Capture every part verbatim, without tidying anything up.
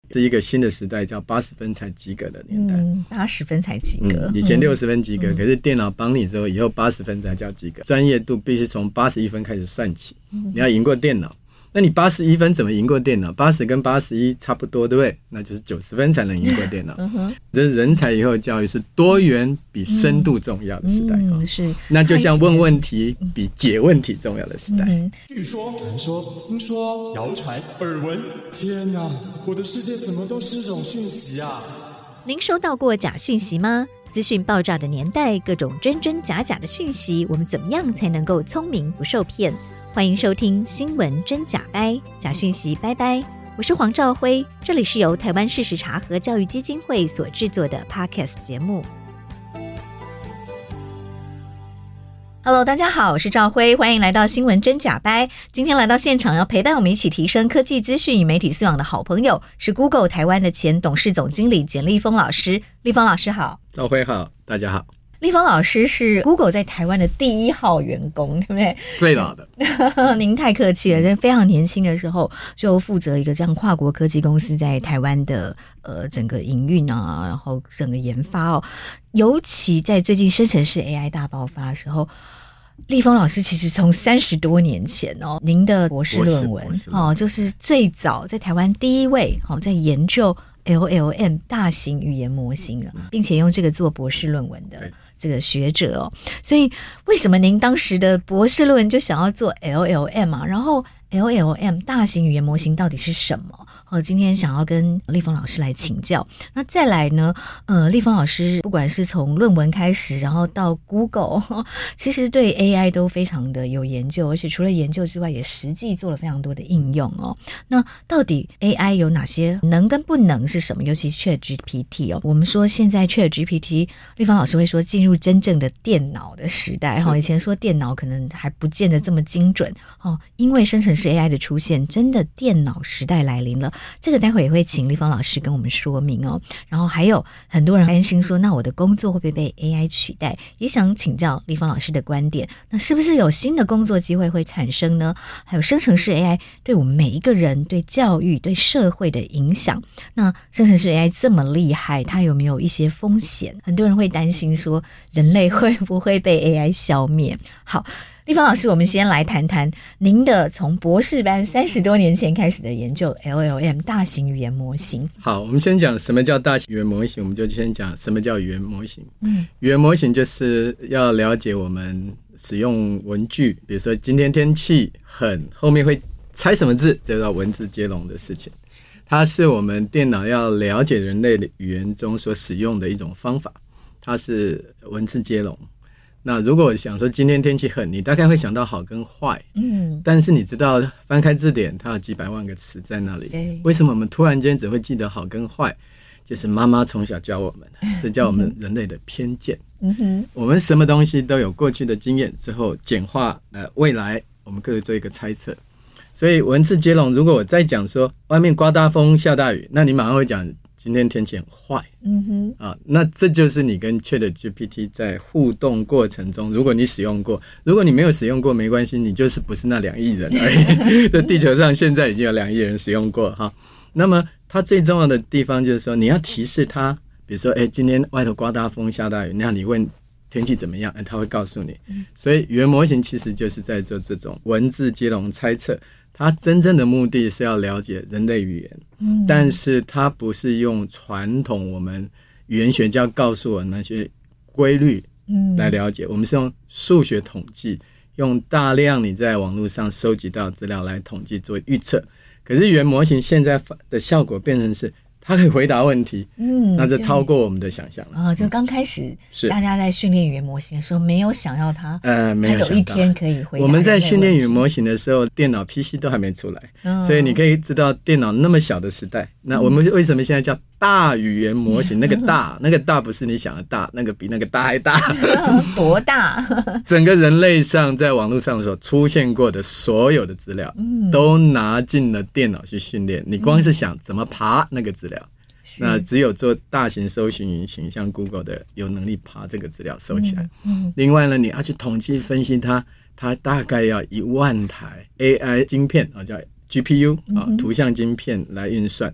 是一个新的时代，叫八十分才及格的年代。 嗯，八十分才及格。 嗯、以前六十分及格、 嗯， 可是电脑帮你之后，以后八十分才叫及格。专业度必须从八十一分开始算起，你要赢过电脑。那你八十一分怎么赢过电脑？八十跟八十一差不多，对不对？那就是九十分才能赢过电脑。嗯、这是人才以后教育是多元比深度重要的时代。 嗯嗯、是， 那就像问问题比解问题重要的时代。嗯、 据说、传说、听说、谣传、耳闻，天哪！我的世界怎么都是这种讯息啊！ 您收到过假讯息吗？资讯爆炸的年代，各种真真假假的讯息，我们怎么样才能够聪明不受骗？欢迎收听新闻真假掰，假讯息拜拜。我是黄兆辉，这里是由台湾事实查核教育基金会所制作的 Podcast 节目。Hello， 大家好，我是兆辉，欢迎来到新闻真假掰。今天来到现场要陪伴我们一起提升科技资讯与媒体素养的好朋友，是 Google 台湾的前董事总经理简立峰老师。立峰老师好。 兆辉好，大家好。 立峰老师是 Google 在台湾的第一号员工，对不对？ 最老的。 您太客气了，在非常年轻的时候就负责一个这样跨国科技公司在台湾的呃整个营运啊，然后整个研发哦。尤其在最近生成式 A I 大爆发的时候，立峰老师其实从三十多年前哦，您的博士论文哦，就是最早在台湾第一位哦在研究L L M 大型语言模型的，并且用这个做博士论文的这个学者哦，所以为什么您当时的博士论文就想要做 L L M 啊？然后 L L M 大型语言模型到底是什么？哦，今天想要跟立峰老师来请教。那再来呢，呃，立峰老师不管是从论文开始，然后到 Google， 其实对 A I 都非常的有研究，而且除了研究之外，也实际做了非常多的应用哦。那到底 A I 有哪些能跟不能是什么？尤其是 ChatGPT 哦，我们说现在 ChatGPT， 立峰老师会说进入真正的电脑的时代哈。以前说电脑可能还不见得这么精准哦，因为生成式 A I 的出现，真的电脑时代来临了。这个待会也会请立峰老师跟我们说明哦。然后还有很多人担心说，那我的工作会不会被 A I 取代？也想请教立峰老师的观点。那是不是有新的工作机会会产生呢？还有生成式 A I 对我们每一个人、对教育、对社会的影响。那生成式 A I 这么厉害，它有没有一些风险？很多人会担心说，人类会不会被 A I 消灭？好。立峰老师，我们先来谈谈您的从博士班三十多年前开始的研究 L L M 大型语言模型。 好，我们先讲什么叫大型语言模型，我们就先讲什么叫语言模型。嗯，语言模型就是要了解我们使用文句，比如说今天天气很，后面会猜什么字，这叫文字接龙的事情。它是我们电脑要了解人类的语言中所使用的一种方法，它是文字接龙。那如果想说今天天气很，你大概会想到好跟坏，嗯，但是你知道翻开字典，它有几百万个词在那里。为什么我们突然间只会记得好跟坏？就是妈妈从小教我们的，这叫我们人类的偏见。嗯哼，我们什么东西都有过去的经验之后简化，呃，未来我们可以做一个猜测。所以文字接龙，如果我再讲说外面刮大风下大雨，那你马上会讲今天天气很坏。嗯哼，啊，那这就是你跟 ChatGPT 在互动过程中，如果你使用过，如果你没有使用过没关系，你就是不是那两亿人而已。在地球上现在已经有两亿人使用过哈。那么它最重要的地方就是说，你要提示它，比如说，哎，今天外头刮大风下大雨，那你问天气怎么样，它会告诉你。所以语言模型其实就是在做这种文字接龙猜测。它真正的目的是要了解人类语言，嗯、但是它不是用传统我们语言学家告诉我那些规律来了解，嗯、我们是用数学统计，用大量你在网络上收集到资料来统计做预测。可是语言模型现在的效果变成是它可以回答问题，嗯，那就超过我们的想象了。 啊，就刚开始大家在训练语言模型的时候，没有想要它， 呃，没有想到有一天可以回答。 我们在训练语言模型的时候，电脑 P C 都还没出来，嗯、所以你可以知道电脑那么小的时代，那我们为什么现在叫大语言模型？那个大，那个大不是你想的大，那个比那个大还大， 多大？ 整个人类上在网络上所出现过的所有的资料，嗯、都拿进了电脑去训练。你光是想怎么爬那个资料。那只有做大型搜寻引擎，像 Google 的有能力爬这个资料收起来。嗯嗯、另外呢，你要去统计分析它，它大概要一万台 A I 晶片啊，叫 G P U 啊，图像晶片来运算。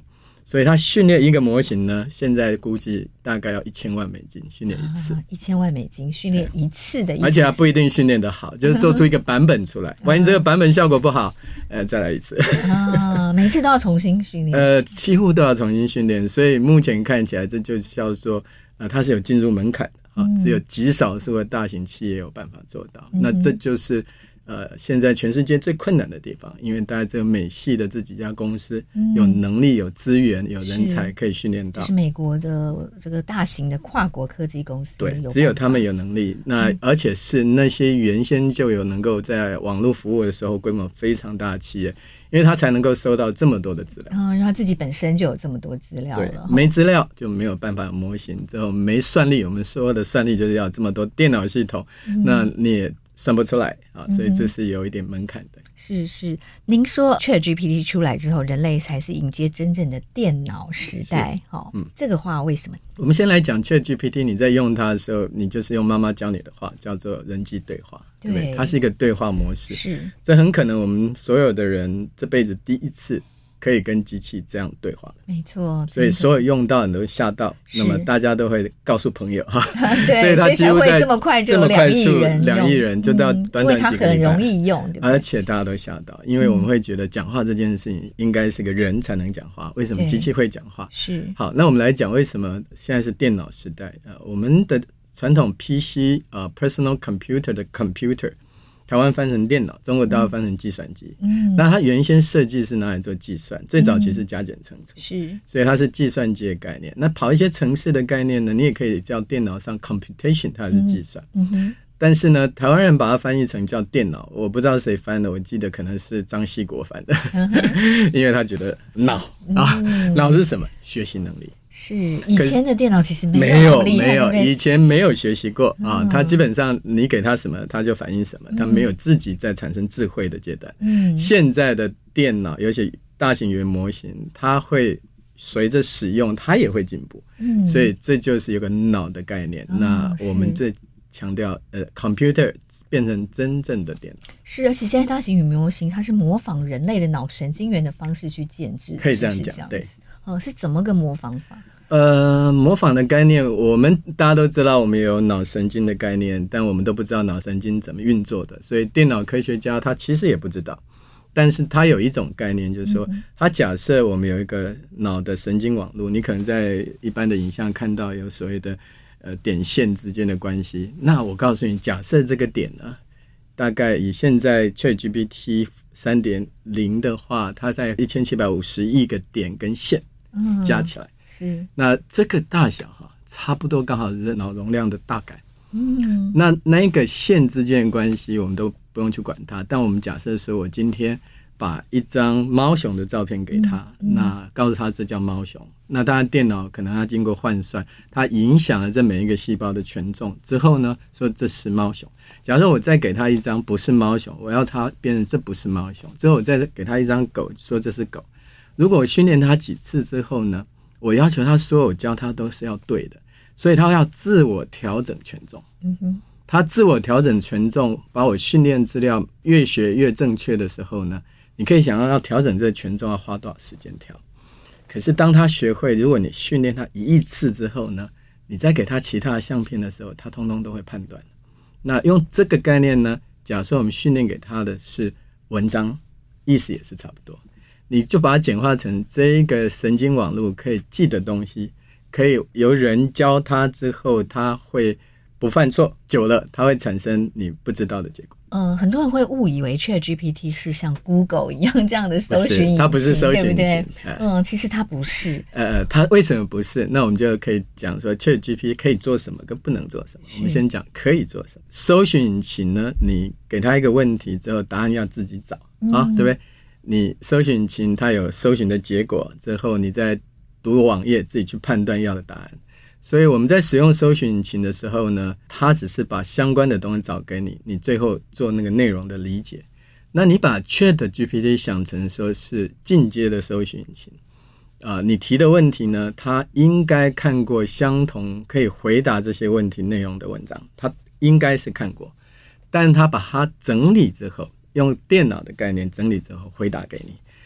所以他训练一个模型呢，现在估计大概要一千万美金训练一次， 一千万美金训练一次的一次， 而且他不一定训练得好，就是做出一个版本出来，万一这个版本效果不好，呃，再来一次啊，每次都要重新训练， 呃，几乎都要重新训练，所以目前看起来这就叫做呃，它是有进入门槛的啊，只有极少数的大型企业有办法做到，嗯、那这就是。呃，现在全世界最困难的地方，因为大概只有美系的这几家公司、嗯、有能力、有资源、有人才可以训练到。 是美国的这个大型的跨国科技公司， 对，只有他们有能力。那、嗯、而且是那些原先就有能够在网络服务的时候规模非常大的企业，因为他才能够收到这么多的资料。 嗯，因为他自己本身就有这么多资料了。 对，没资料就没有办法有模型，之后没算力，我们说的算力就是要这么多电脑系统，嗯、那你也算不出来啊，所以这是有一点门槛的。嗯、 是是，您说 ChatGPT 出来之后，人类才是迎接真正的电脑时代。哦，嗯，这个话为什么？ 我们先来讲 ChatGPT， 你在用它的时候，你就是用妈妈教你的话，叫做人机对话，对不对？它是一个对话模式。 是， 这很可能我们所有的人这辈子第一次可以跟机器这样对话， 没错， 所以所有用到人都吓到，那么大家都会告诉朋友哈， 所以他几乎在这么快就两亿人， 两亿人就到短短几个礼拜， 因为它很容易用，对不对？ 而且大家都吓到，因为我们会觉得讲话这件事情应该是个人才能讲话，为什么机器会讲话？ 是好，那我们来讲为什么现在是电脑时代？呃，我们的传统 P C 呃 personal computer 的 computer。台湾翻成电脑，中国大陆翻成计算机。嗯，那它原先设计是拿来做计算，最早其实加减乘除， 是， 所以它是计算机的概念。那跑一些程式的概念呢，你也可以叫电脑上 computation， 它是计算。嗯哼。但是呢，台湾人把它翻译成叫电脑，我不知道谁翻的，我记得可能是张西国翻的，嗯、因为他觉得脑啊，脑、嗯、是什么？学习能力。 是以前的电脑其实没有没有以前没有学习过、嗯、啊，它基本上你给它什么它就反应什么，它没有自己在产生智慧的阶段。嗯，现在的电脑尤其大型语言模型，它会随着使用它也会进步。嗯，所以这就是有个脑的概念。嗯、那我们这强调呃 computer 变成真正的电脑。 是，而且现在大型语言模型它是模仿人类的脑神经元的方式去建制， 可以这样讲，对。 哦，是怎么个模仿法？ 呃，模仿的概念，我们大家都知道，我们有脑神经的概念，但我们都不知道脑神经怎么运作的，所以电脑科学家他其实也不知道。但是他有一种概念，就是说，他假设我们有一个脑的神经网络，你可能在一般的影像看到有所谓的呃点线之间的关系。那我告诉你，假设这个点呢，大概以现在 ChatGPT 三点零 的话，它在一千七百五十亿个点跟线加起来。嗯，是，那这个大小哈，差不多刚好是脑容量的大概。嗯，那那一个线之间的关系，我们都不用去管它。但我们假设说，我今天把一张猫熊的照片给他，嗯嗯、那告诉他这叫猫熊。那当然，电脑可能它经过换算，它影响了这每一个细胞的权重之后呢，说这是猫熊。假设我再给他一张不是猫熊，我要它变成这不是猫熊，之后我再给他一张狗，说这是狗。如果我训练他几次之后呢，我要求他所有教他都是要对的，所以他要自我调整权重。嗯哼，他自我调整权重，把我训练资料越学越正确的时候呢，你可以想到要调整这个权重要花多少时间调。可是当他学会，如果你训练他一亿次之后呢，你再给他其他的相片的时候，他通通都会判断。那用这个概念呢，假设我们训练给他的是文章，意思也是差不多。你就把它简化成这一个神经网络可以记的东西，可以由人教他之后，他会不犯错，久了它会产生你不知道的结果。 嗯、呃，很多人会误以为 ChatGPT 是像 Google 一样这样的搜寻引擎， 它不是搜寻引擎，对不对？嗯，其实它不是。 呃，它为什么不是？那我们就可以讲说 ChatGPT 可以做什么跟不能做什么。我们先讲可以做什么。搜寻引擎呢，你给它一个问题之后，答案要自己找、嗯、啊，对不对？你搜寻引擎它有搜寻的结果之后，你再读网页自己去判断要的答案。所以我们在使用搜寻引擎的时候呢，它只是把相关的东西找给你，你最后做那个内容的理解。那你把 ChatGPT 想成说是进阶的搜寻引擎、呃、你提的问题呢，它应该看过相同可以回答这些问题内容的文章，它应该是看过，但它把它整理之后，用电脑的概念整理之后回答给你。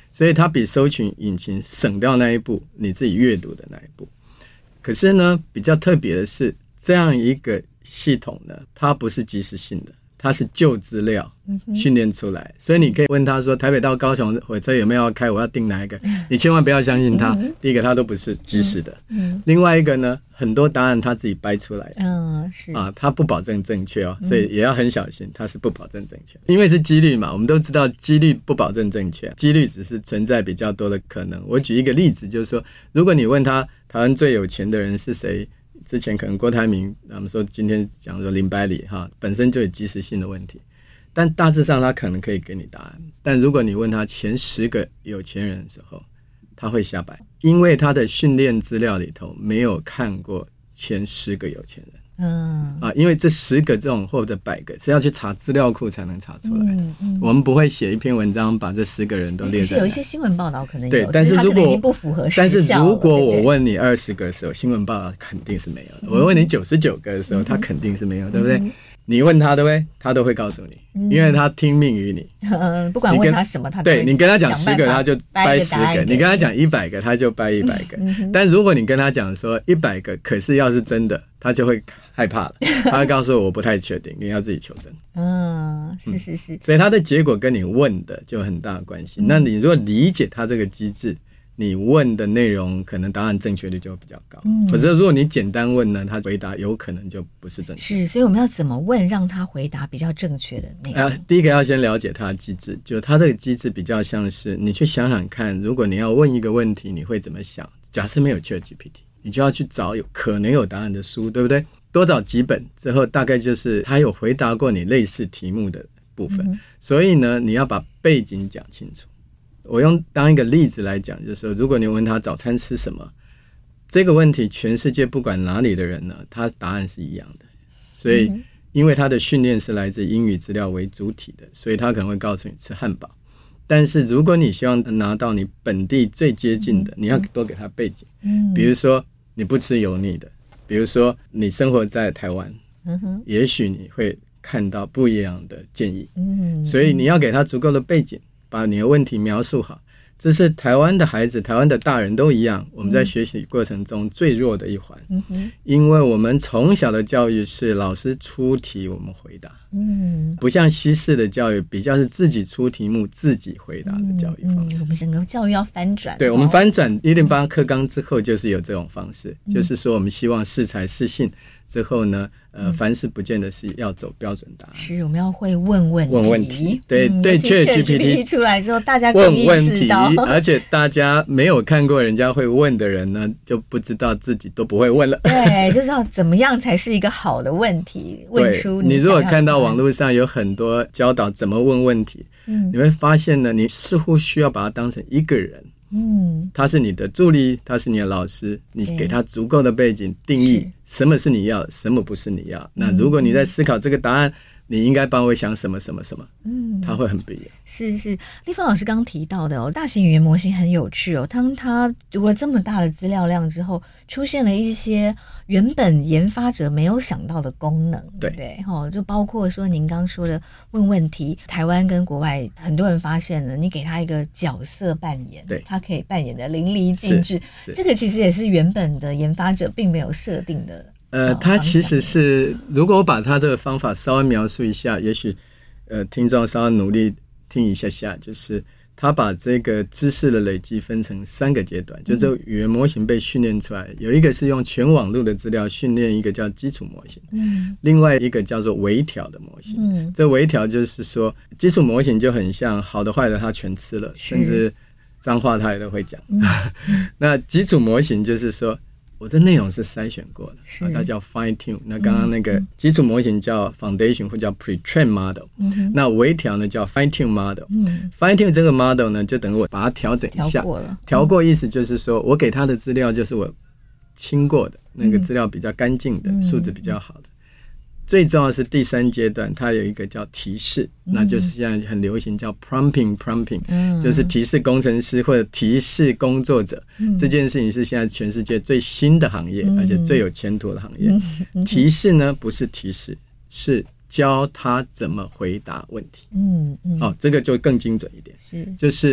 所以它比搜寻引擎省掉那一步你自己阅读的那一步。可是呢，比较特别的是，这样一个系统呢，它不是即时性的，它是旧资料训练出来，所以你可以问他说台北到高雄火车有没有要开，我要订哪一个，你千万不要相信他。第一个它都不是即时的，另外一个呢，很多答案他自己掰出来的，嗯，是啊，他不保证正确哦，所以也要很小心，他是不保证正确，因为是几率嘛，我们都知道几率不保证正确，几率只是存在比较多的可能。我举一个例子，就是说如果你问他台湾最有钱的人是谁，之前可能郭台铭，我们说今天讲说林百里哈，本身就有即时性的问题，但大致上他可能可以给你答案。但如果你问他前十个有钱人的时候，他会瞎掰，因为他的训练资料里头没有看过前十个有钱人。嗯啊，因为这十个这种或者百个是要去查资料库才能查出来，嗯嗯，我们不会写一篇文章把这十个人都列出来。 是有一些新闻报道可能有， 对，但是如果不符合时效， 但是如果我问你二十个的时候，新闻报道肯定是没有的。嗯、我问你九十九个的时候，他肯定是没有，嗯、对不对？嗯、你问他对不对？他都会告诉你，嗯、因为他听命于你。 嗯，不管问他什么，他对你跟他讲十个，他就掰十个；你跟他讲一百个，他就掰一百个。嗯、但如果你跟他讲说一百个，可是要是真的，他就会害怕了，他会告诉我我不太确定，你要自己求证。 嗯，是是是。 所以他的结果跟你问的就有很大的关系。嗯、那你如果理解他这个机制，你问的内容可能答案正确率就会比较高。嗯，可是如果你简单问呢，他回答有可能就不是正确。 是，所以我们要怎么问让他回答比较正确的内容？ 啊，第一个要先了解他的机制，就他这个机制比较像是你去想想看，如果你要问一个问题，你会怎么想？假设没有 ChatGPT， 你就要去找有可能有答案的书，对不对？多找几本之后，大概就是他有回答过你类似题目的部分。嗯、所以呢，你要把背景讲清楚。我用当一个例子来讲，就是说，如果你问他早餐吃什么这个问题，全世界不管哪里的人呢，他答案是一样的。所以，因为他的训练是来自英语资料为主体的，所以他可能会告诉你吃汉堡。但是，如果你希望拿到你本地最接近的，你要多给他背景。嗯，比如说你不吃油腻的，比如说你生活在台湾，嗯哼，也许你会看到不一样的建议。嗯，所以你要给他足够的背景。把你的问题描述好，这是台湾的孩子、台湾的大人都一样，我们在学习过程中最弱的一环。嗯、因为我们从小的教育是老师出题我们回答，嗯，不像西式的教育比较是自己出题目自己回答的教育方式。 嗯嗯、我们整个教育要翻转， 对，我们翻转一零八课纲之后就是有这种方式，嗯、就是说我们希望适才适性之后呢，呃，凡事不见得是要走标准答案， 是我们要会问问题，问问题， 对、嗯、对 ，ChatGPT 出来之后，大家更意识到问问题，而且大家没有看过人家会问的人呢，就不知道自己都不会问了。 对，就是要怎么样才是一个好的问题，问出 你, 你如果看到网络上有很多教导怎么问问题，嗯，你会发现呢，你似乎需要把它当成一个人。嗯，他是你的助理，他是你的老师，你给他足够的背景定义什么是你要，什么不是你要。那如果你在思考这个答案，你应该帮我想什么什么什么，嗯，它会很不一样。 是是，立峰老师刚刚提到的哦，大型语言模型很有趣哦。当他读了这么大的资料量之后，出现了一些原本研发者没有想到的功能，对不对？哦，就包括说您刚说的问问题，台湾跟国外很多人发现了，你给他一个角色扮演，对，他可以扮演的淋漓尽致。这个其实也是原本的研发者并没有设定的。 呃，它其实是，如果我把它这个方法稍微描述一下，也许呃听众稍微努力听一下下，就是他把这个知识的累积分成三个阶段，就这个语言模型被训练出来，有一个是用全网络的资料训练一个叫基础模型，嗯，另外一个叫做微调的模型，嗯，这微调就是说基础模型就很像好的坏的他全吃了，甚至脏话他也都会讲，嗯、那基础模型就是说。我这内容是筛选过的，它叫 fine tune。那刚刚那个基础模型叫 foundation 或叫 pre-train model，嗯、那微调呢叫 fine tune model。嗯、fine tune 这个 model 呢，就等于我把它调整一下，调过了。调过意思就是说我给它的资料就是我清过的那个资料比较干净的，嗯、素质比较好的。最重要的是第三阶段，它有一个叫提示，嗯、那就是现在很流行叫 prompting prompting，嗯、就是提示工程师或者提示工作者，嗯、这件事情是现在全世界最新的行业，嗯、而且最有前途的行业。嗯、提示呢不是提示，是教他怎么回答问题。嗯嗯，哦，这个就更精准一点，是就是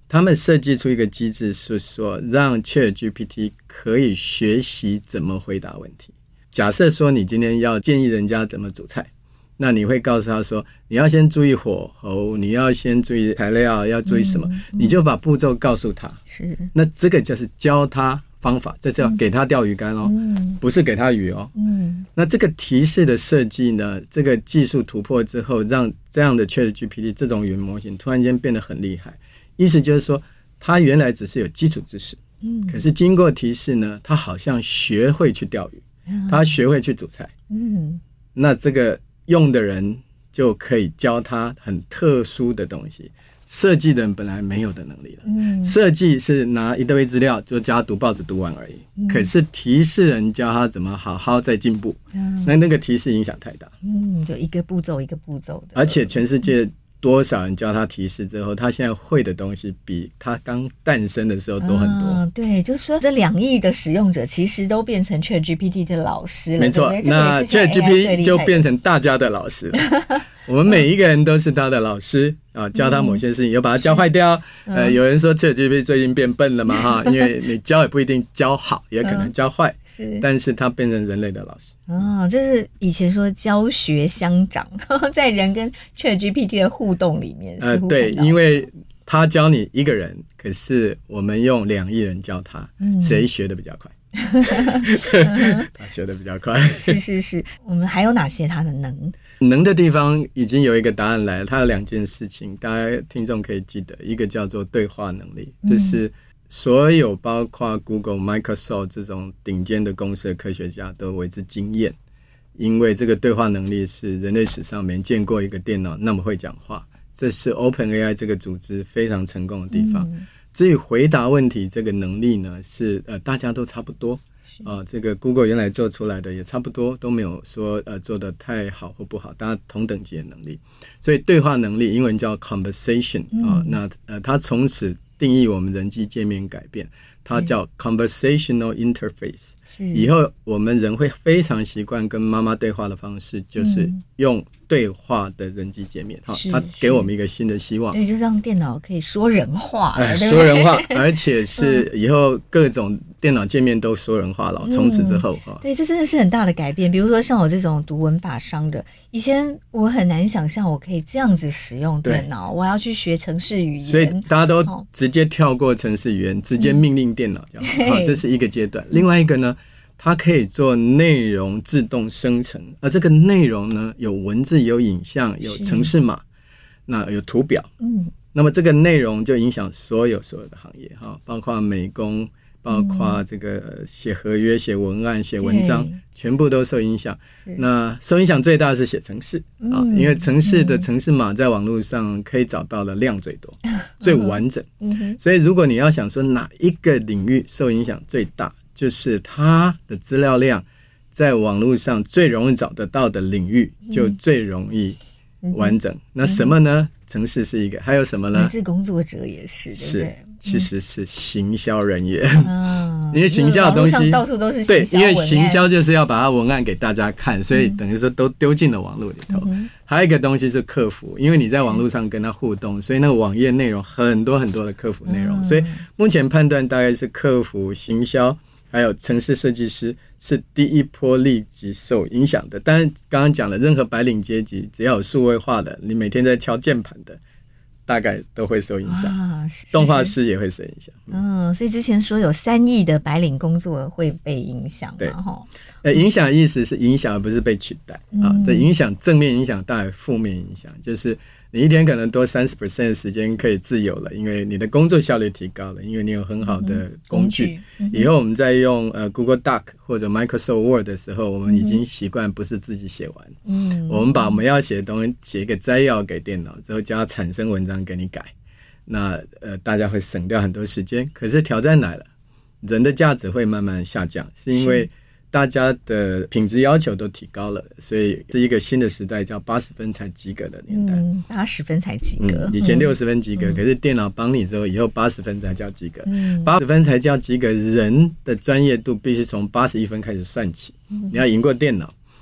他们设计出一个机制，是说让 ChatGPT 可以学习怎么回答问题。假设说你今天要建议人家怎么煮菜，那你会告诉他说，你要先注意火候，你要先注意材料，要注意什么，嗯嗯、你就把步骤告诉他。 是， 那这个就是教他方法，这是要给他钓鱼竿哦，嗯、不是给他鱼哦。嗯，那这个提示的设计呢，这个技术突破之后，让这样的 ChatGPT 这种语言模型突然间变得很厉害。意思就是说，他原来只是有基础知识，嗯，可是经过提示呢，他好像学会去钓鱼，嗯、他学会去煮菜，嗯，那这个用的人就可以教他很特殊的东西，设计的人本来没有的能力了。嗯，设计是拿一堆资料就教他读报纸读完而已，嗯、可是提示人教他怎么好好再进步，嗯、那那个提示影响太大。 嗯，就一个步骤一个步骤的， 而且全世界多少人教他提示之后，他现在会的东西比他刚诞生的时候多很多。嗯、 对，就是说这两亿的使用者其实都变成 ChatGPT 的老师了， 没错。 对对， 那 ChatGPT 就变成大家的老师了。我们每一个人都是他的老师啊，教他某些事情，有把他教坏掉。嗯、呃，有人说 ChatGPT 最近变笨了嘛哈，因为你教也不一定教好，也可能教坏。是，但是他变成人类的老师。 哦，这是以前说教学相长，在人跟 ChatGPT 的互动里面。 呃，对，因为他教你一个人，可是我们用两亿人教他，嗯、谁学得比较快？他学得比较快。 是是是，我们还有哪些他的能？ 能的地方已经有一个答案来了，它有两件事情，大家听众可以记得，一个叫做对话能力，这是所有包括 Google、Microsoft 这种顶尖的公司的科学家都为之惊艳，因为这个对话能力是人类史上没见过一个电脑那么会讲话，这是 OpenAI 这个组织非常成功的地方。嗯、至于回答问题这个能力呢，是呃大家都差不多。啊、呃，这个 Google 原来做出来的也差不多，都没有说呃做得太好或不好，大家同等级的能力。所以对话能力，英文叫 conversation 啊、呃，那呃它从此定义我们人机界面改变，它叫 conversational interface。以后我们人会非常习惯跟妈妈对话的方式，就是用对话的人机界面，哈、嗯，它给我们一个新的希望， 对，就让电脑可以说人话， 哎、说人话，而且是以后各种电脑界面都说人话了。嗯、从此之后，哈， 对，这真的是很大的改变。比如说像我这种读文法商的，以前我很难想象我可以这样子使用电脑，我要去学程式语言， 所以大家都直接跳过程式语言，哦、直接命令电脑就好，嗯、这是一个阶段。另外一个呢？它可以做内容自动生成，而这个内容呢，有文字、有影像、有程式码，那有图表。嗯，那么这个内容就影响所有所有的行业哈，包括美工，包括这个写合约、写文案、写文章，全部都受影响。那受影响最大的是写程式啊、嗯，因为程式的程式码在网络上可以找到的量最多、嗯、最完整。嗯，所以如果你要想说哪一个领域受影响最大，就是它的资料量在网络上最容易找得到的领域就最容易完整。嗯、那什么呢？程式是一个，还有什么呢？ 文字工作者也是，对不对？ 是，其实是行销人员。 嗯、 因为行销的东西到处都是行销文案， 对，因为行销就是要把它文案给大家看，所以等于说都丢进了网络里头。嗯、还有一个东西是客服，因为你在网络上跟他互动，所以那个网页内容很多很多的客服内容，嗯、所以目前判断大概是客服、行销。还有程式设计师是第一波立即受影响的。当然刚刚讲了，任何白领阶级只要有数位化的，你每天在敲键盘的，大概都会受影响。啊、是是动画师也会受影响。 嗯，所以之前说有三亿的白领工作会被影响， 对，呃，影响的意思是影响而不是被取代、嗯、啊。这影响正面影响大于负面影响，就是你一天可能多 百分之三十 的时间可以自由了，因为你的工作效率提高了，因为你有很好的工具。嗯、以后我们在用呃 Google Doc 或者 Microsoft Word 的时候，我们已经习惯不是自己写完，嗯，我们把我们要写的东西写一个摘要给电脑之后，叫它产生文章给你改。那呃，大家会省掉很多时间。可是挑战来了，人的价值会慢慢下降，是因为大家的品质要求都提高了，所以是一个新的时代，叫八十分才及格的年代。 嗯，八十分才及格。 嗯、以前六十分及格、嗯，可是电脑帮你之后，以后八十分才叫及格。嗯，八十分才叫及格，人的专业度必须从八十一分开始算起。嗯、你要赢过电脑，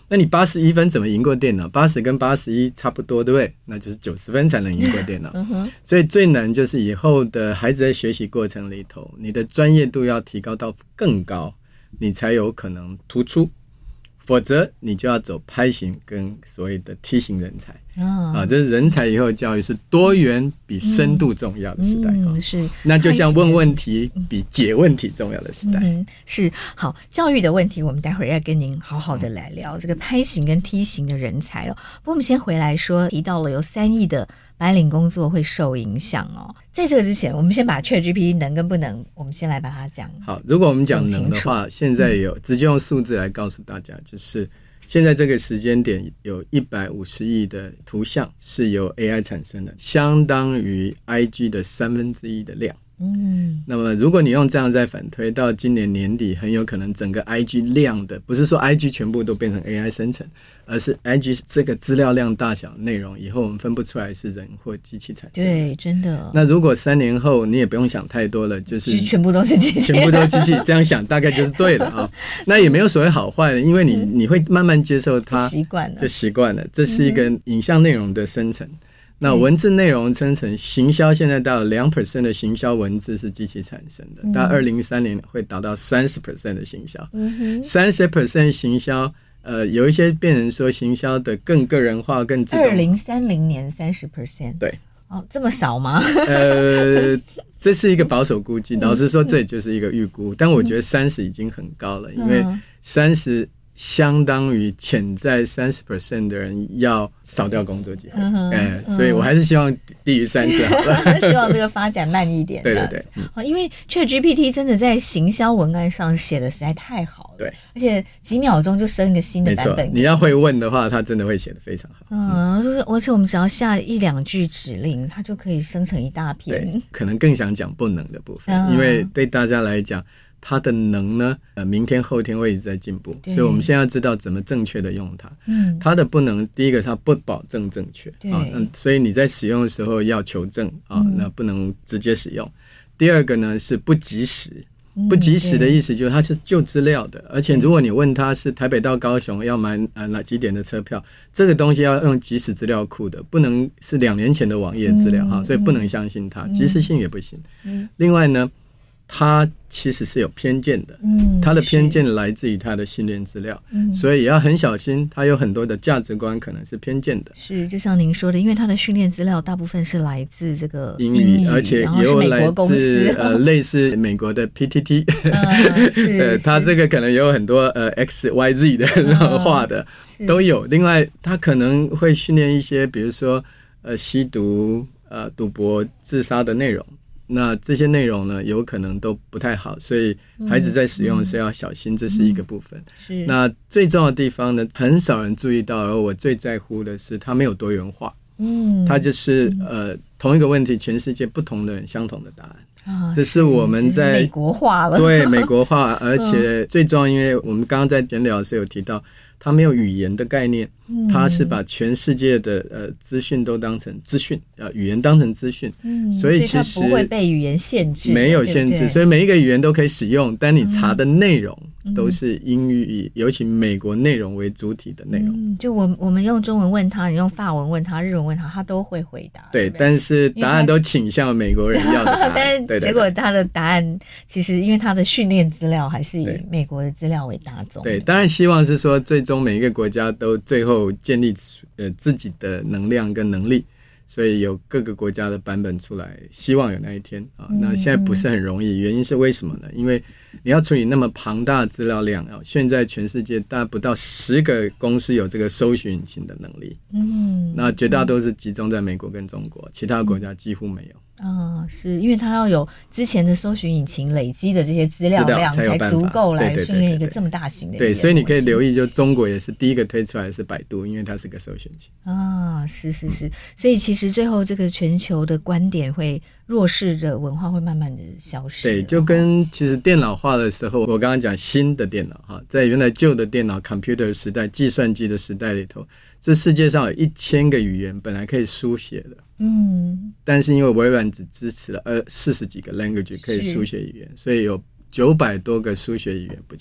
那你八十一分怎么赢过电脑？八十跟八十一差不多，对不对？那就是九十分才能赢过电脑。所以最难就是以后的孩子在学习过程里头，你的专业度要提高到更高，你才有可能突出。否则你就要走拍型跟所谓的梯型人才、哦、啊，这是人才以后教育是多元比深度重要的时代、嗯嗯、 是， 那就像问问题比解问题重要的时代、嗯、 是。好，教育的问题我们待会儿要跟您好好的来聊、嗯、这个拍型跟梯型的人才哦。不过我们先回来说，提到了有三亿的白领工作会受影响哦。在这个之前，我们先把 ChatGPT 能跟不能，我们先来把它讲。 好，如果我们讲能的话，现在有直接用数字来告诉大家，就是现在这个时间点有一百五十亿的图像是由 A I 产生的，相当于 I G 的三分之一的量。嗯，那么如果你用这样再反推到今年年底，很有可能整个 I G 量的，不是说 I G 全部都变成 A I 生成，而是 I G 这个资料量大小内容以后我们分不出来是人或机器产生的。 对，真的。 那如果三年后你也不用想太多了，就是全部都是机器， 全部都是机器，这样想大概就是对了啊。那也没有所谓好坏的，因为你你会慢慢接受它， 习惯了， 就习惯了。这是一个影像内容的生成。那文字内容生成，行销现在到 百分之二 的行销文字是机器产生的，到二零三零会达到 百分之三十 的行销。嗯、三十 percent 行销，呃，有一些变成说行销的更个人化、更自动。 二零三零年 百分之三十。 对。 哦，这么少吗？ 呃，这是一个保守估计，老实说这也就是一个预估，但我觉得三十已经很高了，因为三十相当于潜在 百分之三十 的人要少掉工作机会、嗯欸、所以我还是希望低于三十好了希望这个发展慢一点。 对对对、 嗯、因为 ChatGPT 真的在行销文案上写的实在太好了， 对， 而且几秒钟就生一个新的版本。 没错，你要会问的话它真的会写得非常好。 嗯，就是而且我们只要下一两句指令它就可以生成一大片。 对，可能更想讲不能的部分、嗯、因为对大家来讲它的能呢，呃，明天后天会一直在进步，所以我们现在要知道怎么正确的用它。嗯，它的不能，第一个它不保证正确啊，嗯，所以你在使用的时候要求证啊，嗯、那不能直接使用。第二个呢是不及时，不及时的意思就是它是旧资料的，而且如果你问他是台北到高雄要买呃哪几点的车票，这个东西要用即时资料库的，不能是两年前的网页资料哈、嗯，所以不能相信它，及时性也不行。嗯，另外呢。它其实是有偏见的，嗯，它的偏见来自于它的训练资料，嗯，所以也要很小心，它有很多的价值观可能是偏见的。 是，就像您说的，因为它的训练资料大部分是来自这个英语，而且也有来自呃类似美国的 P T T， 嗯、是呃，它这个可能也有很多呃 X Y Z 的画的、嗯、都有。另外，它可能会训练一些，比如说呃吸毒、呃赌博、自杀的内容。那这些内容呢有可能都不太好，所以孩子在使用是要小心、嗯、这是一个部分、嗯、是。那最重要的地方呢很少人注意到，而我最在乎的是它没有多元化，嗯，它就是、嗯、呃同一个问题全世界不同的人相同的答案、啊、这是我们在美国化了， 对，美国化而且最重要，因为我们刚刚在简聊的时候有提到它没有语言的概念，它是把全世界的呃资讯都当成资讯，呃语言当成资讯，嗯，所以其实不会被语言限制， 没有限制，对对，所以每一个语言都可以使用，但你查的内容都是英语以尤其美国内容为主体的内容。 嗯、就我我们用中文问他，你用法文问他，日文问他，他都会回答。 对，对，但是答案都倾向美国人要的答案， 但是结果他的答案其实因为他的训练资料还是以美国的资料为大宗。 对，当然希望是说最终每一个国家都最后建立呃自己的能量跟能力，所以有各个国家的版本出来，希望有那一天啊。那现在不是很容易，原因是为什么呢？因为你要处理那么庞大的资料量啊，现在全世界大概不到十个公司有这个搜寻引擎的能力，嗯，那绝大多数集中在美国跟中国，其他国家几乎没有。 啊、哦，是因为它要有之前的搜寻引擎累积的这些资料量才足够来训练一个这么大型的。 对，所以你可以留意，就中国也是第一个推出来的是百度，因为它是个搜寻引擎啊，是是是，所以其实最后这个全球的观点会弱势的文化会慢慢的消失。 对，就跟其实电脑化的时候，我刚刚讲新的电脑哈，在原来旧的电脑 computer 时代、计算机的时代里头，这世界上有一千个语言本来可以书写的。嗯，但是因为微软只支持了呃四十几个 language 可以书写语言，所以有九百多个书写语言不见了。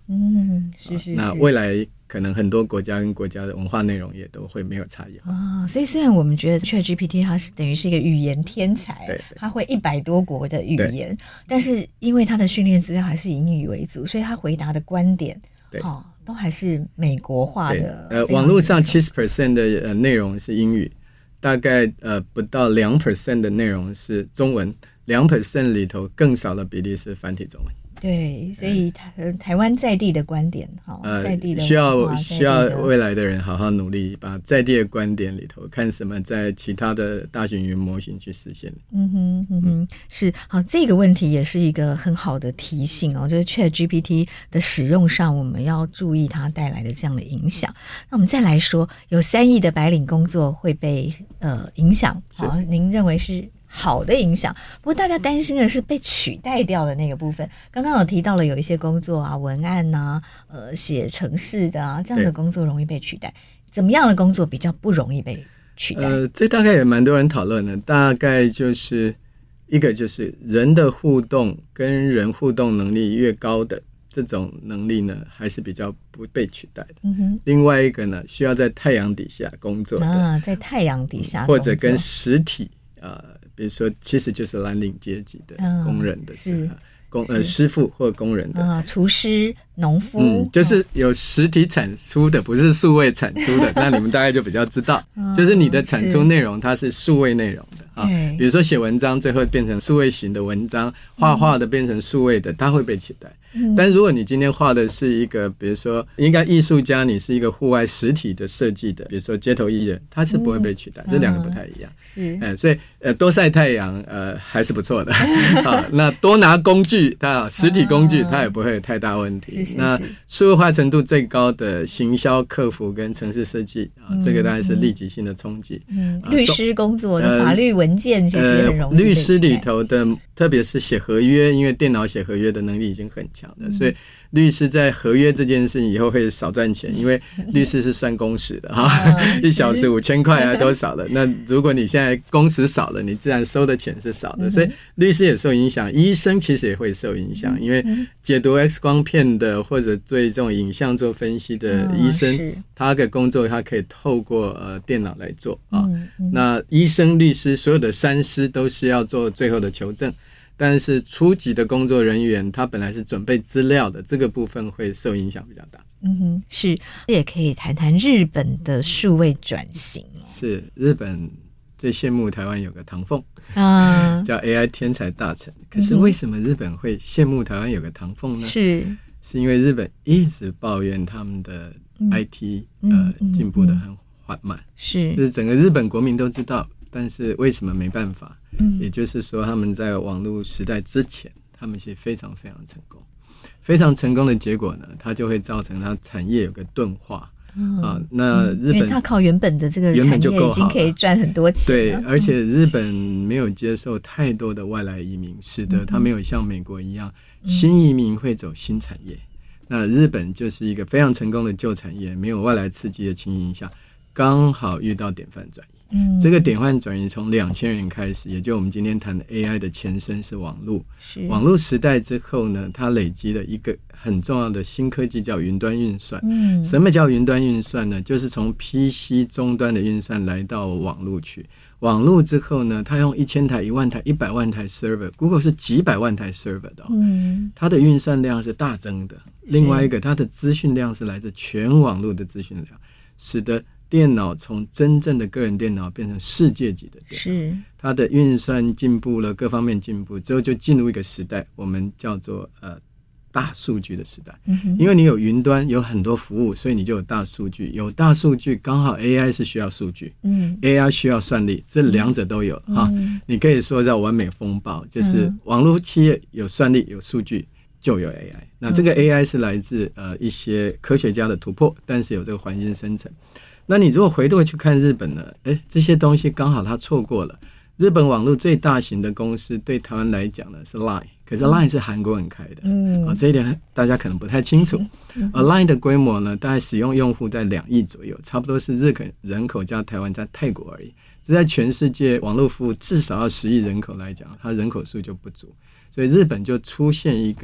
嗯，是是是。 那未来可能很多国家跟国家的文化内容也都会没有差异啊。所以虽然我们觉得 ChatGPT 它是等于是一个语言天才， 对， 它会一百多国的语言，但是因为它的训练资料还是以英语为主，所以它回答的观点，对。哦，都还是美国化的。 呃，网络上 百分之七十 的呃内容是英语，大概呃不到 百分之二 的内容是中文， 百分之二 里头更少的比例是繁体中文。 对，所以台台湾在地的观点，好、呃，在地的需要需要未来的人好好努力，把在地的观点里头看什么在其他的大型语言模型去实现。 嗯哼嗯哼，是好，这个问题也是一个很好的提醒哦，就是 ChatGPT 的使用上，我们要注意它带来的这样的影响。那我们再来说，有三亿的白领工作会被呃影响，好，您认为是好的影响？不过大家担心的是被取代掉的那个部分。刚刚有提到了有一些工作啊，文案啊，呃，写程式的啊，这样的工作容易被取代。怎么样的工作比较不容易被取代？ 呃，这大概也蛮多人讨论的。大概就是一个就是人的互动跟人互动能力越高的这种能力呢，还是比较不被取代的。嗯哼。另外一个呢，需要在太阳底下工作的啊，在太阳底下或者跟实体呃。比如说其实就是蓝领阶级的工人的事、嗯、工呃师傅或工人的、 啊、厨师农夫、 嗯、就是有实体产出的，不是数位产出的那你们大概就比较知道、嗯、就是你的产出内容它是数位内容的啊，比如说写文章最后变成数位型的文章，画画的变成数位的，它会被取代。但如果你今天画的是一个比如说应该艺术家，你是一个户外实体的设计的，比如说街头艺人，它是不会被取代、嗯、这两个不太一样。是、嗯、所以呃多晒太阳呃还是不错的啊，那多拿工具，它实体工具它也不会有太大问题。是是是，那数位化程度最高的行销客服跟程式设计啊、嗯，这个当然是立即性的冲击。嗯， 啊、律师工作的法律文件其实很容易、呃、 律师里头的特别是写合约，因为电脑写合约的能力已经很强了、嗯、所以律师在合约这件事情以后会少赚钱，因为律师是算工时的哈、嗯，一小时五千块啊多少了？那如果你现在工时少了，你自然收的钱是少的，所以律师也受影响，医生其实也会受影响，因为解读 X 光片的或者对这种影像做分析的医生，嗯、他的工作他可以透过呃电脑来做啊、嗯嗯。那医生、律师所有的三师都是要做最后的求证。但是初级的工作人员他本来是准备资料的，这个部分会受影响比较大。 嗯哼，是，也可以谈谈日本的数位转型。 是，日本最羡慕台湾有个唐凤啊，叫 A I 天才大臣。可是为什么日本会羡慕台湾有个唐凤呢？是，是因为日本一直抱怨他们的 I T、嗯、呃进步的很缓慢，是，就是整个日本国民都知道。但是为什么没办法、嗯、也就是说他们在网络时代之前他们是非常非常成功，非常成功的结果呢，它就会造成它产业有个钝化、嗯啊、那日本、嗯、 因为它靠原本的这个产业已经可以赚很多钱， 对，而且日本没有接受太多的外来移民，使得它没有像美国一样、嗯、新移民会走新产业、嗯、那日本就是一个非常成功的旧产业，没有外来刺激的情形下刚好遇到典范转移。嗯，这个典范转移从两千年开始，也就我们今天谈的 A I 的前身是网络。是网络时代之后呢，它累积了一个很重要的新科技，叫云端运算。嗯，什么叫云端运算呢？就是从 P C 终端的运算来到网络去。网络之后呢，它用一千台、一万台、一百万台 server，Google 是几百万台 server 的、哦，嗯，它的运算量是大增的。另外一个，它的资讯量是来自全网络的资讯量，使得电脑从真正的个人电脑变成世界级的电脑，是它的运算进步了，各方面进步之后，就进入一个时代，我们叫做呃大数据的时代、嗯。因为你有云端，有很多服务，所以你就有大数据。有大数据，刚好 A I 是需要数据、嗯、，A I 需要算力，这两者都有、嗯、哈。你可以说叫完美风暴，就是网络企业有算力、有数据，就有 A I。那这个 A I 是来自呃一些科学家的突破，但是有这个环境生成。那你如果回头去看日本呢？诶，这些东西刚好他错过了。日本网络最大型的公司对台湾来讲呢是 Line， 可是 Line 是韩国人开的，嗯，啊，这一点大家可能不太清楚。而 Line 的规模呢，大概使用用户在两亿左右，差不多是日本人口加台湾加泰国而已。这在全世界网络服务至少要十亿人口来讲，它人口数就不足，所以日本就出现一个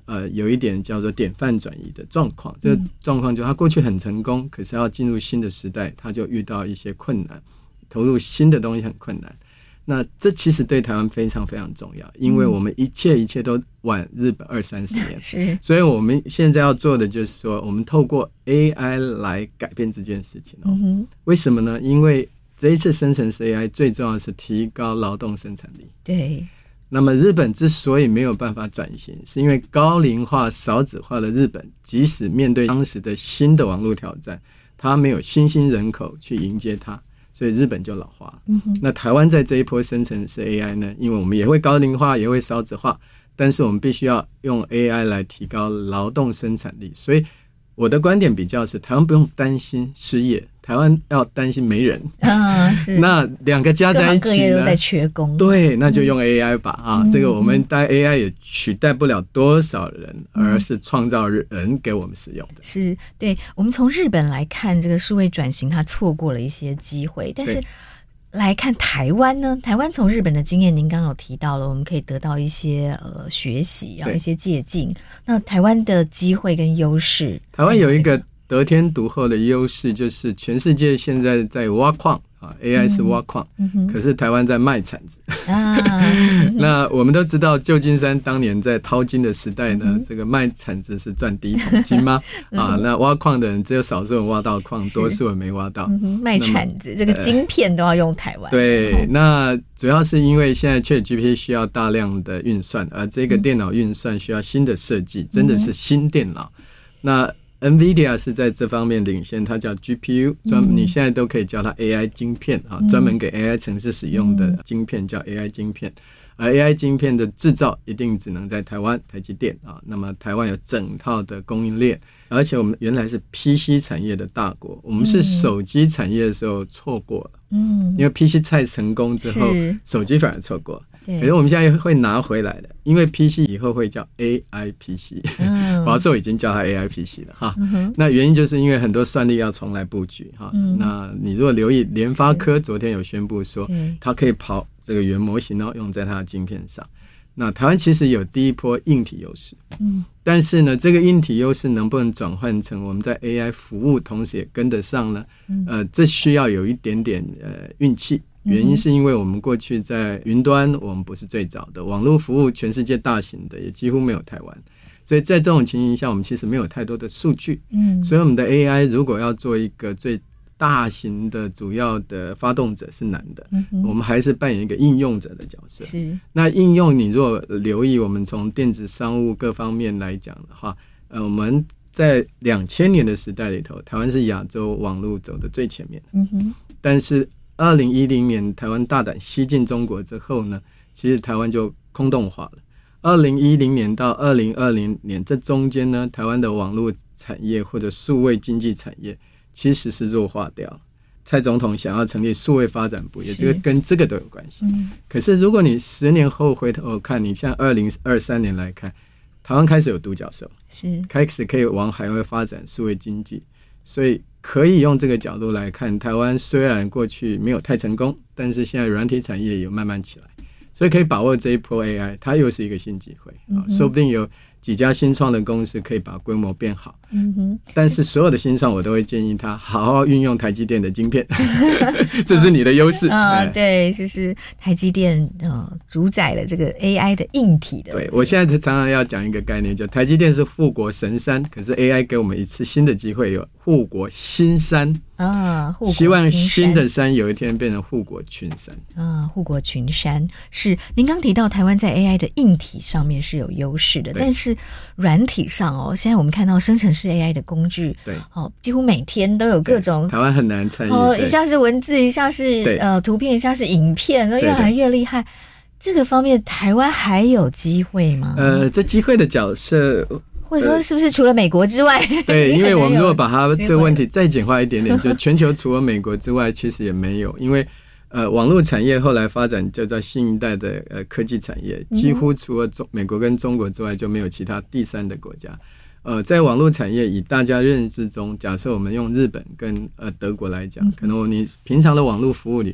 呃有一点叫做典范转移的状况。这个状况就他过去很成功，可是要进入新的时代，他就遇到一些困难，投入新的东西很困难。那这其实对台湾非常非常重要，因为我们一切一切都晚日本二三十年， 是，所以我们现在要做的就是说，我们透过 A I 来改变这件事情、哦嗯、为什么呢？因为这一次生成式 A I 最重要的是提高劳动生产力。 对。 那么日本之所以没有办法转型，是因为高龄化、少子化的日本，即使面对当时的新的网络挑战，它没有新兴人口去迎接它。所以日本就老化、嗯、那台湾在这一波生成式 A I 呢，因为我们也会高龄化也会少子化，但是我们必须要用 A I 来提高劳动生产力。所以我的观点比较是，台湾不用担心失业，台湾要担心没人、 啊、是那两个加在一起呢，各行各业都在缺工， 对，那就用 A I 吧、嗯、啊，这个我们带 A I 也取代不了多少人、嗯、而是创造人给我们使用的。 是，对，我们从日本来看这个数位转型，它错过了一些机会，但是来看台湾呢，台湾从日本的经验您刚刚有提到了，我们可以得到一些呃学习，然后一些借鉴。那台湾的机会跟优势， 台湾有一个得天独厚的优势，就是全世界现在在挖矿啊 ，A I 是挖矿、嗯嗯，可是台湾在卖铲子。啊、那我们都知道，旧金山当年在淘金的时代呢，嗯、这个卖铲子是赚第一桶金吗？啊，那挖矿的人只有少数人挖到矿，多数人没挖到。 嗯、卖铲子，这个晶片都要用台湾。 对，那主要是因为现在 ChatGPT 需要大量的运算，而这个电脑运算需要新的设计，真的是新电脑。嗯、那NVIDIA 是在这方面领先，它叫 G P U， 专你现在都可以叫它 A I 晶片啊，专门给 A I 程式使用的晶片叫 A I 晶片。而 A I 晶片的制造一定只能在台湾台积电啊，那么台湾有整套的供应链，而且我们原来是 P C 产业的大国，我们是手机产业的时候错过了，嗯，因为 P C 太成功之后，手机反而错过了。可是我们现在会拿回来的，因为 P C 以后会叫 A I P C， 华硕已经叫它 A I P C 了哈、嗯。那原因就是因为很多算力要重来布局哈、嗯。那你如果留意，联发科昨天有宣布说，它可以跑这个原模型哦，用在它的晶片上。那台湾其实有第一波硬体优势，嗯，但是呢，这个硬体优势能不能转换成我们在 A I 服务同时也跟得上呢？嗯、呃，这需要有一点点呃运气。原因是因为我们过去在云端我们不是最早的，网络服务全世界大型的也几乎没有台湾，所以在这种情形下我们其实没有太多的数据，嗯，所以我们的 A I 如果要做一个最大型的主要的发动者是难的、嗯、我们还是扮演一个应用者的角色。是，那应用你如果留意我们从电子商务各方面来讲的话，呃，我们在两千年的时代里头，台湾是亚洲网络走的最前面的，嗯哼，但是二零一零年台湾大胆西进中国之后呢，其实台湾就空洞化了。二零一零年到二零二零年这中间呢，台湾的网络产业或者数位经济产业其实是弱化掉了。蔡总统想要成立数位发展部，也这个跟这个都有关系、嗯、可是如果你十年后回头看，你像二零二三年来看，台湾开始有独角兽，是开始可以往海外发展数位经济，所以可以用这个角度来看，台湾虽然过去没有太成功，但是现在软体产业有慢慢起来，所以可以把握这一波 A I， 它又是一个新机会、嗯、说不定有几家新创的公司可以把规模变好、嗯、哼，但是所有的新创我都会建议他好好运用台积电的晶片这是你的优势、 嗯嗯、对，就是台积电、呃、主宰了这个 A I 的硬体的。 对，我现在常常要讲一个概念，就台积电是护国神山，可是 A I 给我们一次新的机会，有护国新山啊，护国新山，希望新的山有一天变成护国群山啊，护国群山。是，您刚提到台湾在 A I 的硬体上面是有优势的，但是软体上哦，现在我们看到生成式 A I 的工具，对，哦，几乎每天都有各种， 台湾很难参与， 哦，一下是文字，一下是呃图片，一下是影片，都越来越厉害。这个方面，台湾还有机会吗？ 呃，这机会的角色。 或者说是不是除了美国之外、 呃、对，因为我们如果把它这个问题再简化一点点，就全球除了美国之外其实也没有，因为呃网络产业后来发展就在新一代的呃科技产业，几乎除了中美国跟中国之外就没有其他第三的国家。呃，在网络产业以大家认知中，假设我们用日本跟呃德国来讲，可能你平常的网络服务里头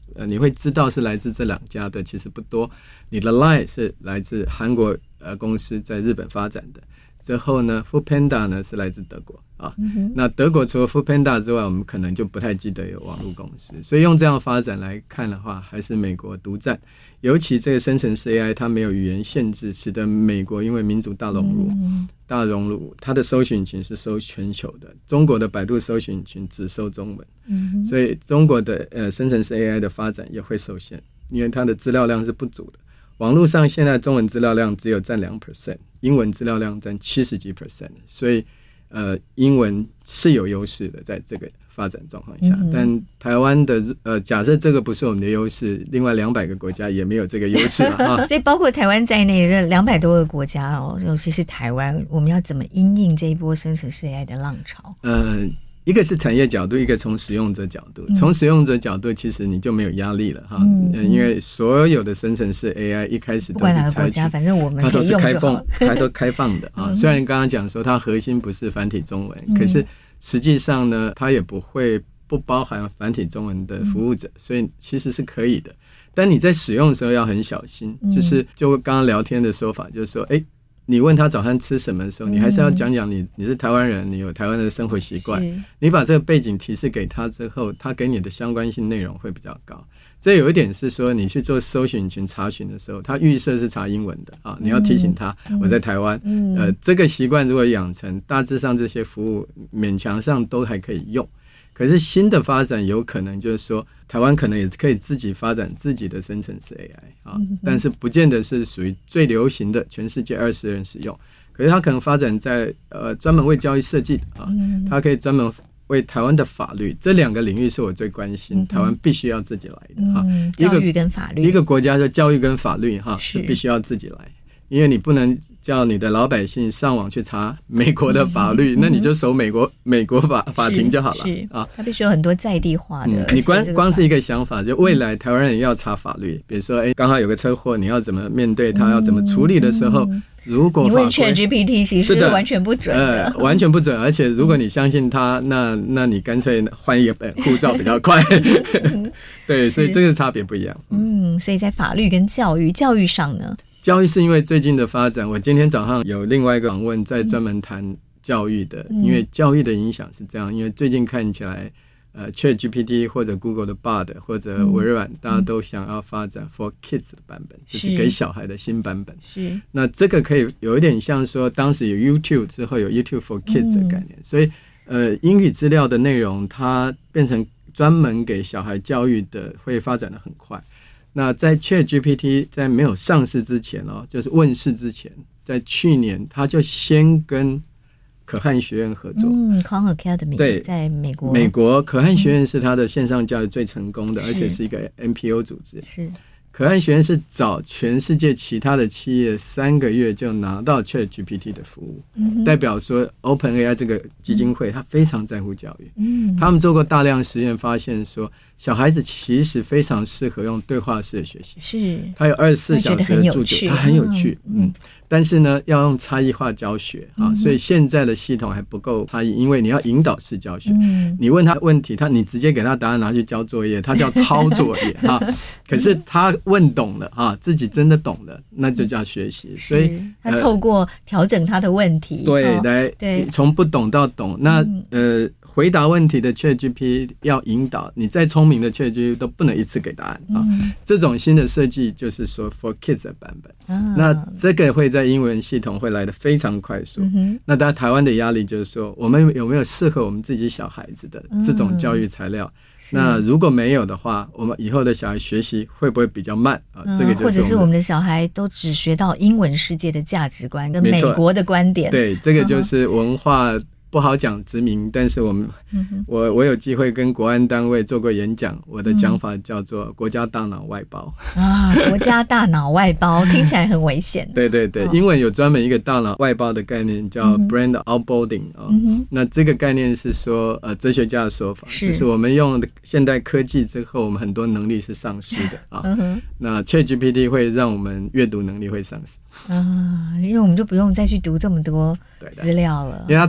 呃，你会知道是来自这两家的其实不多。你的 Line 是来自韩国呃公司在日本发展的，之后呢 Foodpanda 呢是来自德国啊、嗯。那德国除了 Foodpanda 之外，我们可能就不太记得有网络公司，所以用这样发展来看的话，还是美国独占。尤其这个生成式 A I 它没有语言限制，使得美国因为民主大熔炉、嗯、大熔炉它的搜寻引擎是搜全球的，中国的百度搜寻引擎只搜中文、嗯、所以中国的呃生成式 A I 的发展也会受限，因为它的资料量是不足的。网络上现在中文资料量只有占 百分之二， 英文资料量占七十几 percent， 所以呃英文是有优势的在这个发展状况下、嗯、但台湾的呃，假设这个不是我们的优势，另外两百个国家也没有这个优势了啊。 所以包括台湾在内的两百多个国家哦，尤其是台湾，我们要怎么因应这一波生成式 A I 的浪潮？呃， 一个是产业角度，一个从使用者角度。从使用者角度，其实你就没有压力了哈、嗯呃，因为所有的生成式 A I 一开始都是采取， 反正我们它都是开放，它都开放的啊。虽然刚刚讲说它核心不是繁体中文，嗯、可是实际上呢，它也不会不包含繁体中文的服务者，所以其实是可以的。但你在使用的时候要很小心，就是就刚刚聊天的说法，就是说，哎，你问他早餐吃什么的时候，你还是要讲讲你你是台湾人，你有台湾的生活习惯，你把这个背景提示给他之后，他给你的相关性内容会比较高。这有一点是说，你去做搜寻引擎查询的时候，他预设是查英文的啊，你要提醒他、嗯、我在台湾、嗯、呃，这个习惯如果养成，大致上这些服务勉强上都还可以用。可是新的发展有可能就是说，台湾可能也可以自己发展自己的生成式 A I 啊，但是不见得是属于最流行的，全世界二十人使用。可是它可能发展在呃专门为教育设计的啊，它可以专门为台湾的法律，这两个领域是我最关心，台湾必须要自己来的哈、 嗯。教育跟法律， 一个国家的教育跟法律哈是必须要自己来。因为你不能叫你的老百姓上网去查美国的法律，嗯、那你就守美国美国法法庭就好了啊。 它必须有很多在地化的。 嗯、你光光是一个想法，就未来台湾人要查法律，嗯、比如说，哎，刚好有个车祸，你要怎么面对它，嗯、要怎么处理的时候，嗯、如果你问 ChatGPT 其实是完全不准的， 呃，完全不准。而且如果你相信它，那那你干脆换一个本护照比较快。对，所以这个差别不一样。 嗯，所以在法律跟教育教育上呢？ 教育是因为最近的发展，我今天早上有另外一个访问在专门谈教育的、嗯、因为教育的影响是这样，因为最近看起来呃 ChatGPT 或者 Google 的 Bard 或者微软、嗯、大家都想要发展 For Kids 的版本，就是给小孩的新版本。是，那这个可以有一点像说当时有 YouTube 之后有 YouTube For Kids 的概念、嗯、所以呃英语资料的内容它变成专门给小孩教育的，会发展得很快。那在 ChatGPT 在没有上市之前哦，就是问世之前，在去年他就先跟可汗学院合作。嗯 Khan Academy 对，在美国， 美国可汗学院是他的线上教育最成功的，嗯、而且是一个 N P O 组织。是。可汗学院是找全世界其他的企业三个月就拿到 ChatGPT 的服务、嗯、代表说 OpenAI 这个基金会他非常在乎教育、嗯、他们做过大量实验，发现说小孩子其实非常适合用对话式的学习，是他有二十四小时的注解，他很有趣，嗯，嗯但是呢要用差异化教学啊、嗯，所以现在的系统还不够差异，因为你要引导式教学、嗯、你问他问题，他你直接给他答案拿去交作业，他叫抄作业啊，可是他问懂了啊，自己真的懂了，那就叫学习。所以他透过调整他的问题， 对，哦、来对从不懂到懂。那、嗯、呃，回答问题的 ChatGPT 要引导，你再聪明的 ChatGPT 都不能一次给答案啊、嗯。这种新的设计就是说 For Kids 的版本、啊，那这个会在英文系统会来得非常快速。嗯、那当然台湾的压力就是说，我们有没有适合我们自己小孩子的这种教育材料？嗯那如果没有的话，我们以后的小孩学习会不会比较慢啊？ 嗯、 这个就是或者是我们的小孩都只学到英文世界的价值观跟美国的观点。 对，这个就是文化。不好讲殖民，但是我们、嗯、我我有机会跟国安单位做过演讲，我的讲法叫做国家大脑外包、 嗯、啊，国家大脑外包听起来很危险。 对对对、哦，英文有专门一个大脑外包的概念叫 brain outboarding、哦嗯、那这个概念是说呃哲学家的说法，是就是我们用现代科技之后，我们很多能力是丧失的啊、嗯。那 ChatGPT 会让我们阅读能力会丧失啊，因为我们就不用再去读这么多资料了， 因为它读的比较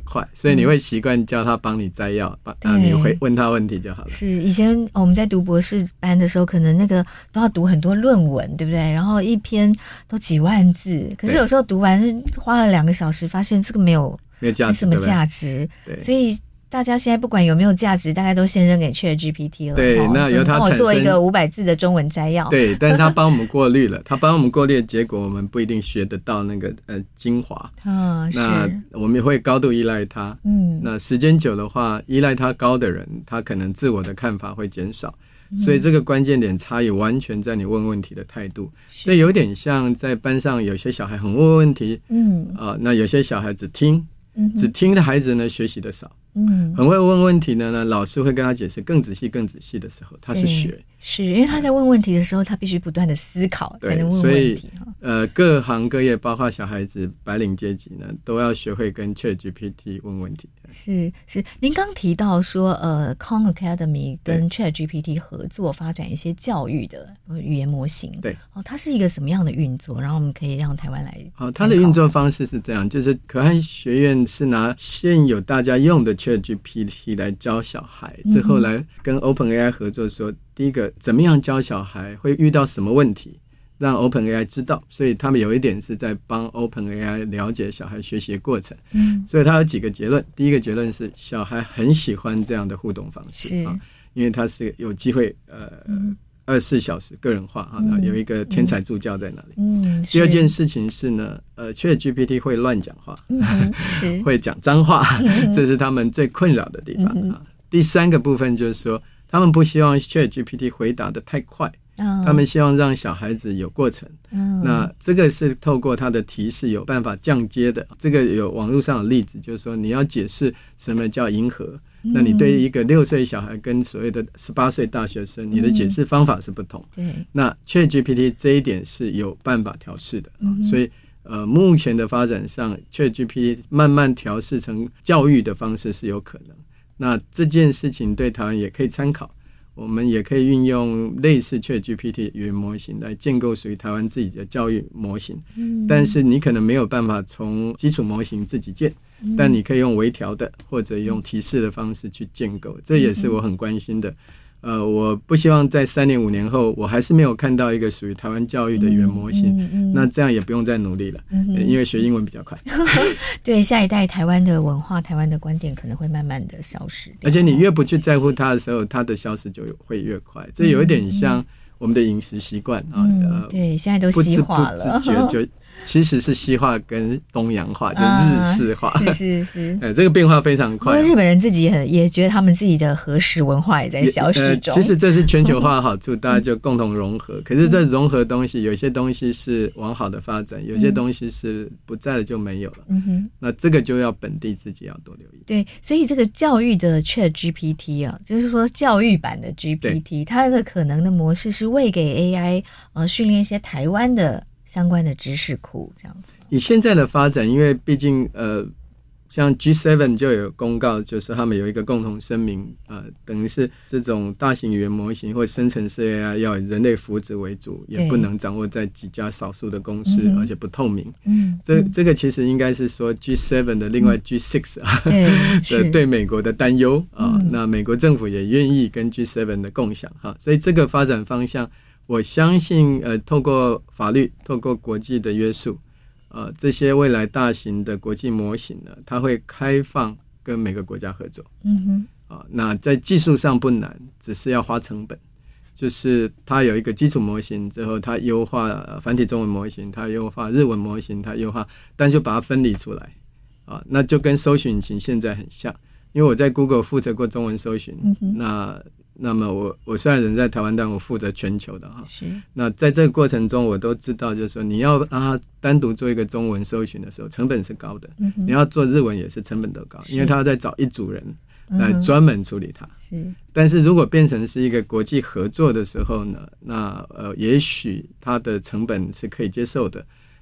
快，所以你会习惯叫他帮你摘要，啊，你会问他问题就好了。 是以前我们在读博士班的时候，可能那个都要读很多论文，对不对？然后一篇都几万字，可是有时候读完花了两个小时，发现这个没有没有价值， 没什么价值， 对， 所以大家现在不管有没有价值，大概都先扔给 ChatGPT 了。 对，那由它帮我做一个五百字的中文摘要。 对，但是它帮我们过滤了，它帮我们过滤的结果，我们不一定学得到那个呃精华。 嗯， 那我们会高度依赖它。嗯，那时间久的话，依赖它高的人，他可能自我的看法会减少。嗯、所以这个关键点差异完全在你问问题的态度。这有点像在班上有些小孩很问问题，嗯啊、呃，那有些小孩只听，嗯、只听的孩子呢学习的少。嗯，很会问问题的呢，老师会跟他解释更仔细更仔细的时候，他是学， 是因为他在问问题的时候，他必须不断的思考才能问问题。所以呃，各行各业包括小孩子白领阶级呢，都要学会跟 ChatGPT 问问题。 是是，您刚提到说呃 Khan Academy 跟 ChatGPT 合作发展一些教育的语言模型， 对， 哦，它是一个什么样的运作？然后我们可以让台湾来好，它的运作方式是这样，就是可汗学院是拿现有大家用的 ChatGPT 来教小孩，之后来跟 OpenAI 合作说，嗯、第一个怎么样教小孩会遇到什么问题，让 OpenAI 知道，所以他们有一点是在帮 OpenAI 了解小孩学习的过程。嗯，所以他有几个结论。第一个结论是小孩很喜欢这样的互动方式啊，因为他是有机会呃二十四小时个人化啊，嗯、有一个天才助教在那里。嗯，第二件事情是呢，呃 ，ChatGPT 会乱讲话，嗯、是会讲脏话，嗯、这是他们最困扰的地方啊。嗯、第三个部分就是说，他们不希望 ChatGPT 回答的太快。Oh. 他们希望让小孩子有过程， oh. 那这个是透过他的提示有办法降阶的。这个有网络上的例子，就是说你要解释什么叫银河，嗯、那你对于一个六岁小孩跟所谓的十八岁大学生，嗯、你的解释方法是不同。对，那 ChatGPT 这一点是有办法调试的，嗯、所以呃，目前的发展上 ，ChatGPT 慢慢调试成教育的方式是有可能。那这件事情对台湾也可以参考。我们也可以运用类似 ChatGPT 语言模型来建构属于台湾自己的教育模型，嗯、但是你可能没有办法从基础模型自己建，嗯、但你可以用微调的或者用提示的方式去建构，这也是我很关心的。呃，我不希望在三年五年后我还是没有看到一个属于台湾教育的语言模型，嗯嗯嗯、那这样也不用再努力了，嗯呃、因为学英文比较快。 对，下一代台湾的文化台湾的观点可能会慢慢的消失， 而且你越不去在乎它的时候，它的消失就会越快。这有一点像我们的饮食习惯啊， 嗯呃，对，现在都西化了， 不知不觉就其实是西化跟东洋化，就是日式化， 啊、是是是、 呃，这个变化非常快。 日本人自己也也觉得他们自己的和食文化也在消失中。 呃、其实这是全球化的好处，大家就共同融合。可是这融合东西，有些东西是往好的发展，有些东西是不在了就没有了。嗯哼，那这个就要本地自己要多留意。 对，所以这个教育的 ChatGPT 啊，就是说教育版的 G P T， 它的可能的模式是喂给 A I 呃训练一些台湾的相关的知识库这样子。 以现在的发展，因为毕竟呃，像 G 七 就有公告，就是他们有一个共同声明，呃，等于是这种大型语言模型或生成式 A I 要以人类福祉为主，也不能掌握在几家少数的公司，而且不透明。嗯，这这个其实应该是说 G 七 的另外 G 六 啊，对，对美国的担忧啊。嗯、那美国政府也愿意跟 G 七 的共享哈，所以这个发展方向，我相信呃，透过法律，透过国际的约束。呃，这些未来大型的国际模型呢，它会开放跟每个国家合作。嗯哼，啊，那在技术上不难，只是要花成本。就是它有一个基础模型之后，它优化繁体中文模型，它优化日文模型，它优化，但就把它分离出来。啊，那就跟搜寻引擎现在很像，因为我在 Google 负责过中文搜寻，嗯、那。那么我我虽然人在台湾，但我负责全球的哈。是。那在这个过程中，我都知道，就是说你要让它单独做一个中文搜寻的时候，成本是高的。嗯、你要做日文也是成本都高，因为他要再找一组人来专门处理它。是。但是如果变成是一个国际合作的时候呢，那呃，也许它的成本是可以接受的。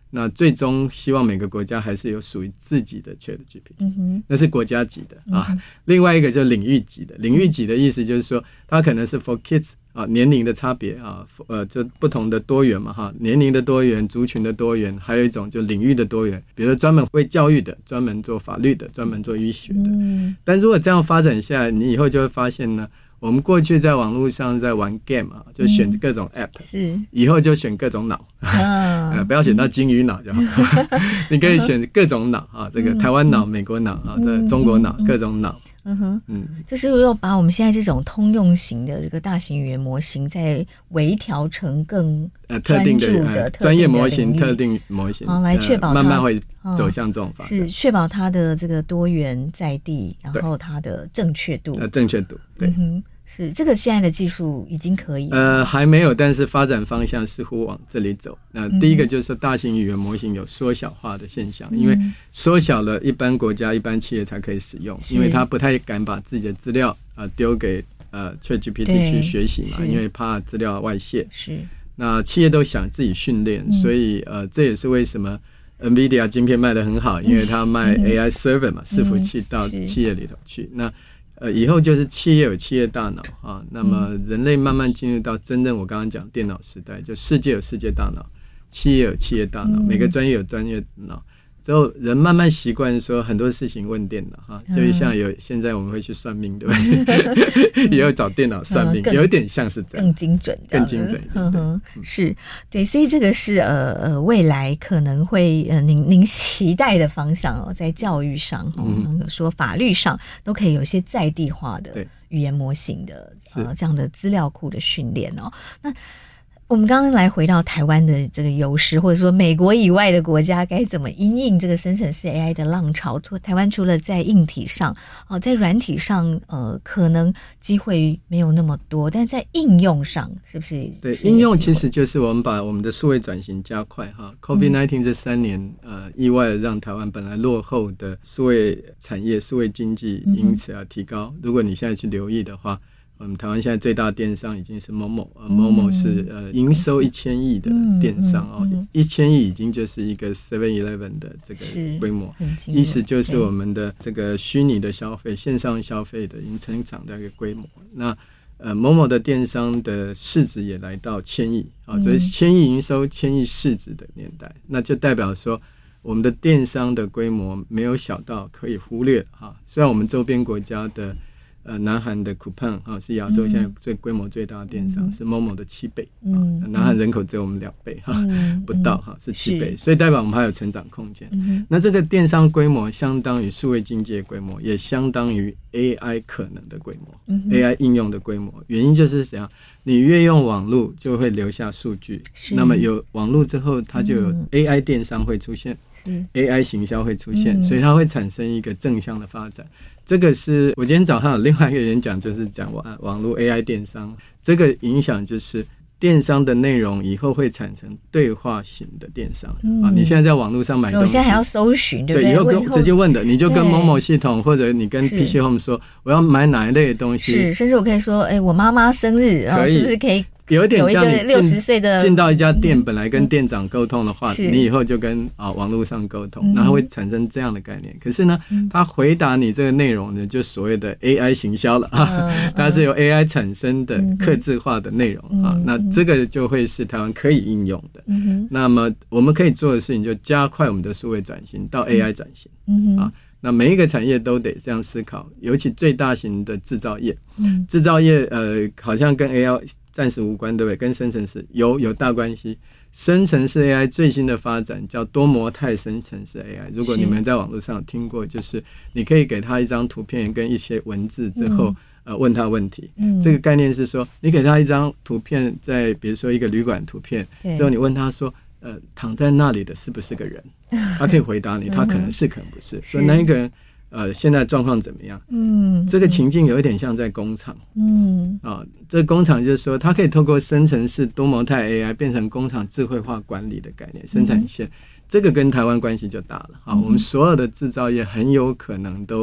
那最终希望每个国家还是有属于自己的 ChatGPT，嗯、那是国家级的啊。嗯、另外一个就是领域级的，领域级的意思就是说，它可能是 for kids 啊，年龄的差别啊，呃，就不同的多元嘛哈，年龄的多元、族群的多元，还有一种就领域的多元，比如说专门为教育的、专门做法律的、专门做医学的。嗯、但如果这样发展下来，你以后就会发现呢。我们过去在网络上在玩 game 啊，就选各种 app，、嗯、是以后就选各种脑，啊呃、不要选到金鱼脑就好。你可以选各种脑啊，这个台湾脑、美国脑啊，这个、中国脑，各种脑。 嗯哼，嗯，就是又把我们现在这种通用型的这个大型语言模型，再微调成更呃特定的呃专业模型、特定模型， 哦，来确保、呃、 慢慢会走向这种发展， 是确保它的这个多元在地，然后它的正确度， 呃，正确度，对。嗯哼， 是这个现在的技术已经可以呃还没有，但是发展方向似乎往这里走。那、呃、第一个就是大型语言模型有缩小化的现象，嗯、因为缩小了一般国家、一般企业才可以使用，因为他不太敢把自己的资料啊丢、呃、给呃 ChatGPT 去学习嘛，因为怕资料外泄。是，那企业都想自己训练，嗯、所以呃这也是为什么 NVIDIA 晶片卖得很好，因为它卖 A I server 嘛，伺服器到企业里头去。那呃，以后就是企业有企业大脑啊，那么人类慢慢进入到真正我刚刚讲电脑时代，就世界有世界大脑，企业有企业大脑，嗯、每个专业有专业脑。之后人慢慢习惯说很多事情问电脑哈，就像有现在我们会去算命，对不对？也有找电脑算命，嗯、有点像是这样， 更精准， 更精准一点。 嗯、是，对，所以这个是呃呃未来可能会呃您您期待的方向哦，在教育上哦，嗯、说法律上都可以有些在地化的语言模型的呃这样的资料库的训练哦，那。我们刚刚来回到台湾的这个优势，或者说美国以外的国家该怎么因应这个生成式 A I 的浪潮？台湾除了在硬体上，哦，在软体上，呃，可能机会没有那么多，但在应用上，是不是？ 对，应用其实就是我们把我们的数位转型加快哈。COVID 十九 这三年，呃，意外的让台湾本来落后的数位产业、数位经济因此而提高。嗯、如果你现在去留意的话。嗯，台湾现在最大电商已经是 Momo， 呃 ，Momo 是呃营收一千亿的电商哦，一千亿已经就是一个 seven eleven 的这个规模，意思就是我们的这个虚拟的消费、线上消费的已经成长的一个规模。那呃 ，Momo 的电商的市值也来到千亿啊、哦，所以千亿营收、千亿市值的年代，那就代表说我们的电商的规模没有小到可以忽略哈、啊。虽然我们周边国家的呃，南韩的 Coupang 啊，是亚洲现在最规模最大的电商，嗯、是 Momo 的七倍、嗯啊、南韩人口只有我们两倍哈、嗯，不到哈，是七倍，所以代表我们还有成长空间。嗯、那这个电商规模相当于数位经济的规模，也相当于 A I 可能的规模、嗯、，A I 应用的规模。原因就是怎样？你越用网络就会留下数据，那么有网络之后，它就有 A I 电商会出现、嗯、，A I 行销会出现、嗯，所以它会产生一个正向的发展。这个是我今天早上有另外一个演讲，就是讲网网络 A I 电商，这个影响就是电商的内容以后会产生对话型的电商、嗯、啊！你现在在网络上买东西， 我现在还要搜寻，对不对？ 对，以后跟直接问的，你就跟某某系统或者你跟 P C Home 说我要买哪一类的东西， 是，甚至我可以说，哎，我妈妈生日，然后是不是可以？ 有一点像你六十岁的进到一家店，本来跟店长沟通的话，嗯、你以后就跟啊网络上沟通，那、嗯、它会产生这样的概念。可是呢，嗯、它回答你这个内容呢，就所谓的 A I 行销了啊，嗯、它是由 A I 产生的客制化的内容、嗯、啊，那这个就会是台湾可以应用的。嗯、那么我们可以做的事情，就加快我们的数位转型到 A I 转型、嗯、啊。那每一个产业都得这样思考，尤其最大型的制造业，嗯、制造业呃好像跟 A I 暂时无关，对不对？跟生成式有有大关系。生成式 A I 最新的发展叫多模态生成式 A I， 如果你们在网络上有听过，就是你可以给他一张图片跟一些文字之后，嗯、呃问他问题、嗯。这个概念是说，你给他一张图片，在比如说一个旅馆图片，之后你问他说。呃，躺在那里的是不是个人？他可以回答你，他可能是，可能不是。所以那一个人，呃，现在状况怎么样？嗯，这个情境有一点像在工厂。嗯，啊，这个工厂就是说，它可以透过生成式多模态 A I 变成工厂智慧化管理的概念，生产线。嗯、这个跟台湾关系就大了啊！我们所有的制造业很有可能都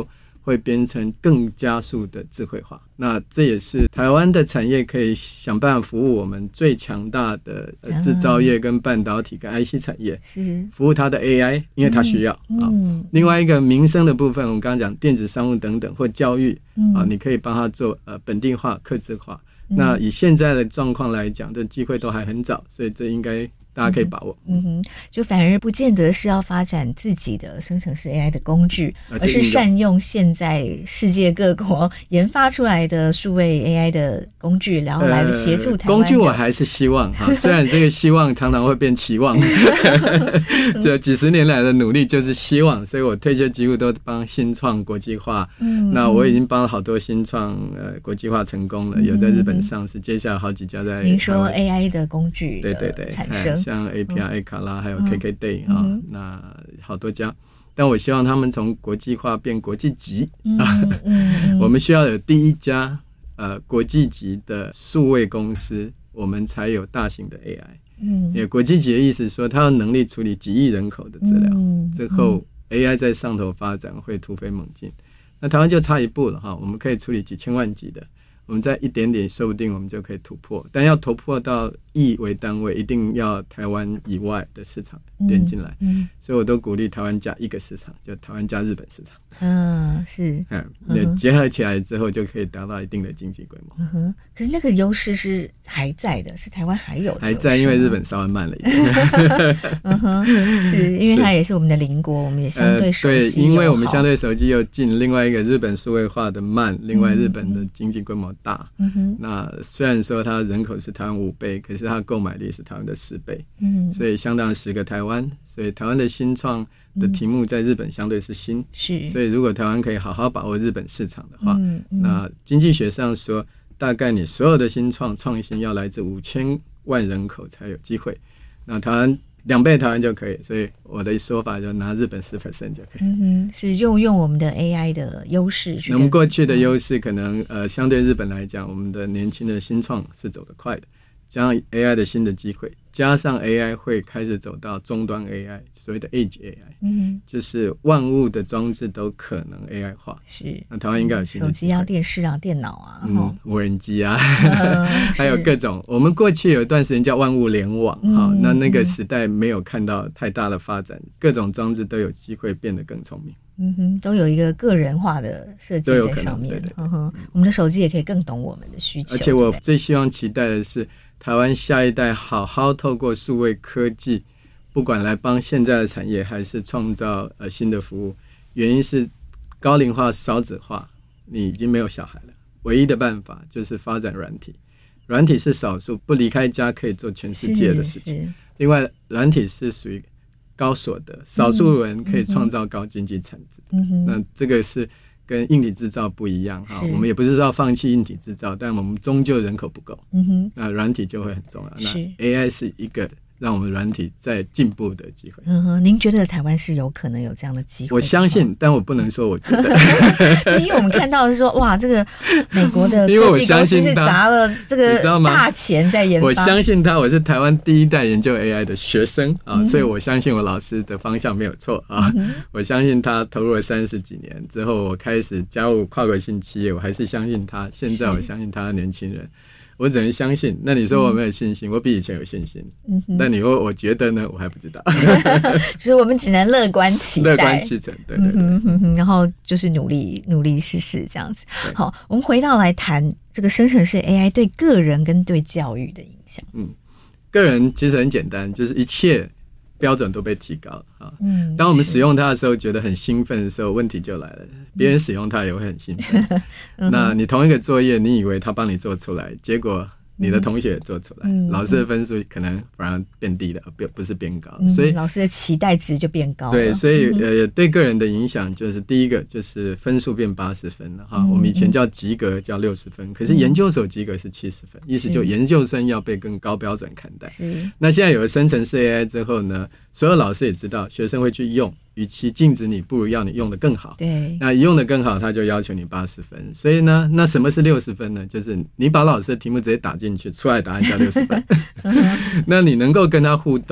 会变成更加速的智慧化。那这也是台湾的产业可以想办法服务我们最强大的制造业跟半导体跟 I C 产业，是服务它的 A I， 因为它需要、嗯嗯、另外一个民生的部分，我们刚刚讲电子商务等等或教育、嗯啊、你可以帮它做、呃、本地化客制化、嗯、那以现在的状况来讲，这机会都还很早，所以这应该大家可以把握。 嗯哼，就反而不见得是要发展自己的生成式 A I 的工具，而是善用现在世界各国研发出来的数位 A I 的工具，然后来协助台湾、呃。 工具我还是希望哈，虽然这个希望常常会变期望，这几十年来的努力就是希望，所以我退休几乎都帮新创国际化。嗯，那我已经帮了好多新创呃国际化成功了，有在日本上市，接下来好几家在。 您说 A I 的工具的对对对产生。 像 A P R、A 卡拉还有 K K Day、嗯啊、那好多家，但我希望他们从国际化变国际级、嗯嗯、我们需要有第一家、呃、国际级的数位公司，我们才有大型的 A I、嗯、因为国际级的意思是说它有能力处理几亿人口的资料、嗯、之后 A I 在上头发展会突飞猛进，那台湾就差一步了哈，我们可以处理几千万级的，我们再一点点说不定我们就可以突破，但要突破到亿为单位，一定要台湾以外的市场连进来、嗯嗯、所以我都鼓励台湾加一个市场，就台湾加日本市场。 嗯，是嗯，结合起来之后就可以达到一定的经济规模。 嗯哼，可是那个优势是还在的，是台湾还有的还在，因为日本稍微慢了一点。 嗯哼，是因为它也是我们的邻国，我们也相对熟悉、呃、 对，因为我们相对熟悉又近，另外一个日本数位化的慢，另外日本的经济规模大。嗯哼，那虽然说它人口是台湾五倍，可是它购买力是台湾的十倍。嗯，所以相当十个台湾，所以台湾的新创的题目在日本相对是新，是，所以如果台湾可以好好把握日本市场的话、嗯嗯、那经济学上说大概你所有的新创创新要来自五千万人口才有机会，那台湾两倍台湾就可以，所以我的说法就拿日本 百分之十 就可以。 嗯哼，是用用我们的 A I 的优势， 我们过去的优势可能、呃、相对日本来讲，我们的年轻的新创是走得快的，加上 A I 的新的机会，加上 A I 会开始走到终端 A I， 所谓的 Edge A I，、嗯、就是万物的装置都可能 A I 化。是，那台湾应该有新的手机啊、电视啊、电脑啊、 嗯、无人机啊，嗯、还有各种。我们过去有一段时间叫万物联网、嗯、那那个时代没有看到太大的发展，各种装置都有机会变得更聪明。 嗯哼，都有一个个人化的设计在上面。嗯哼，我们的手机也可以更懂我们的需求。 而且我最希望期待的是台湾下一代好好透过数位科技，不管来帮现在的产业还是创造、呃、新的服务。原因是高龄化少子化，你已经没有小孩了，唯一的办法就是发展软体。软体是少数不离开家可以做全世界的事情，另外软体是属于高所得，少数人可以创造高经济产值、嗯、那这个是跟硬体制造不一样哈，我们也不是说要放弃硬体制造，但我们终究人口不够、嗯、哼，那软体就会很重要。那 A I 是一个让我们软体在进步的机会。 嗯哼，您觉得台湾是有可能有这样的机会？ 我相信，但我不能说我觉得。 对，因为我们看到的是说，哇，这个美国的科技公司是砸了这个大钱在研发。 我相信他，我是台湾第一代研究 A I 的学生啊、嗯，所以我相信我老师的方向没有错啊、嗯。我相信他投入了三十几年之后，我开始加入跨国性企业，我还是相信他。现在我相信他的年轻人。我只能相信。那你说我没有信心、嗯、我比以前有信心、嗯、但你说我觉得呢，我还不知道。 所以我们只能乐观期待， 乐观其成，对对对、嗯哼哼，然后就是努力努力试试这样子。好，我们回到来谈这个生成式 A I 对个人跟对教育的影响。 嗯，个人其实很简单，就是一切标准都被提高了啊。嗯，当我们使用它的时候觉得很兴奋的时候，问题就来了。别人使用它也会很兴奋。嗯、那你同一个作业，你以为他帮你做出来，结果你的同学也做出来，嗯、老师的分数可能反而变低了，不不是变高了、嗯。所以老师的期待值就变高了。 对，所以、嗯、呃，对个人的影响就是第一个就是分数变八十分了哈、嗯。我们以前叫及格叫六十分，可是研究所及格是七十分、嗯，意思就研究生要被更高标准看待。是。那现在有了生成式 A I 之后呢，所有老师也知道学生会去用。与其禁止你，不如要你用得更好。对，那用得更好，他就要求你八十分。所以呢，那什么是六十分呢？就是你把老师的题目直接打进去，出来答案叫六十分。那你能够跟他互动，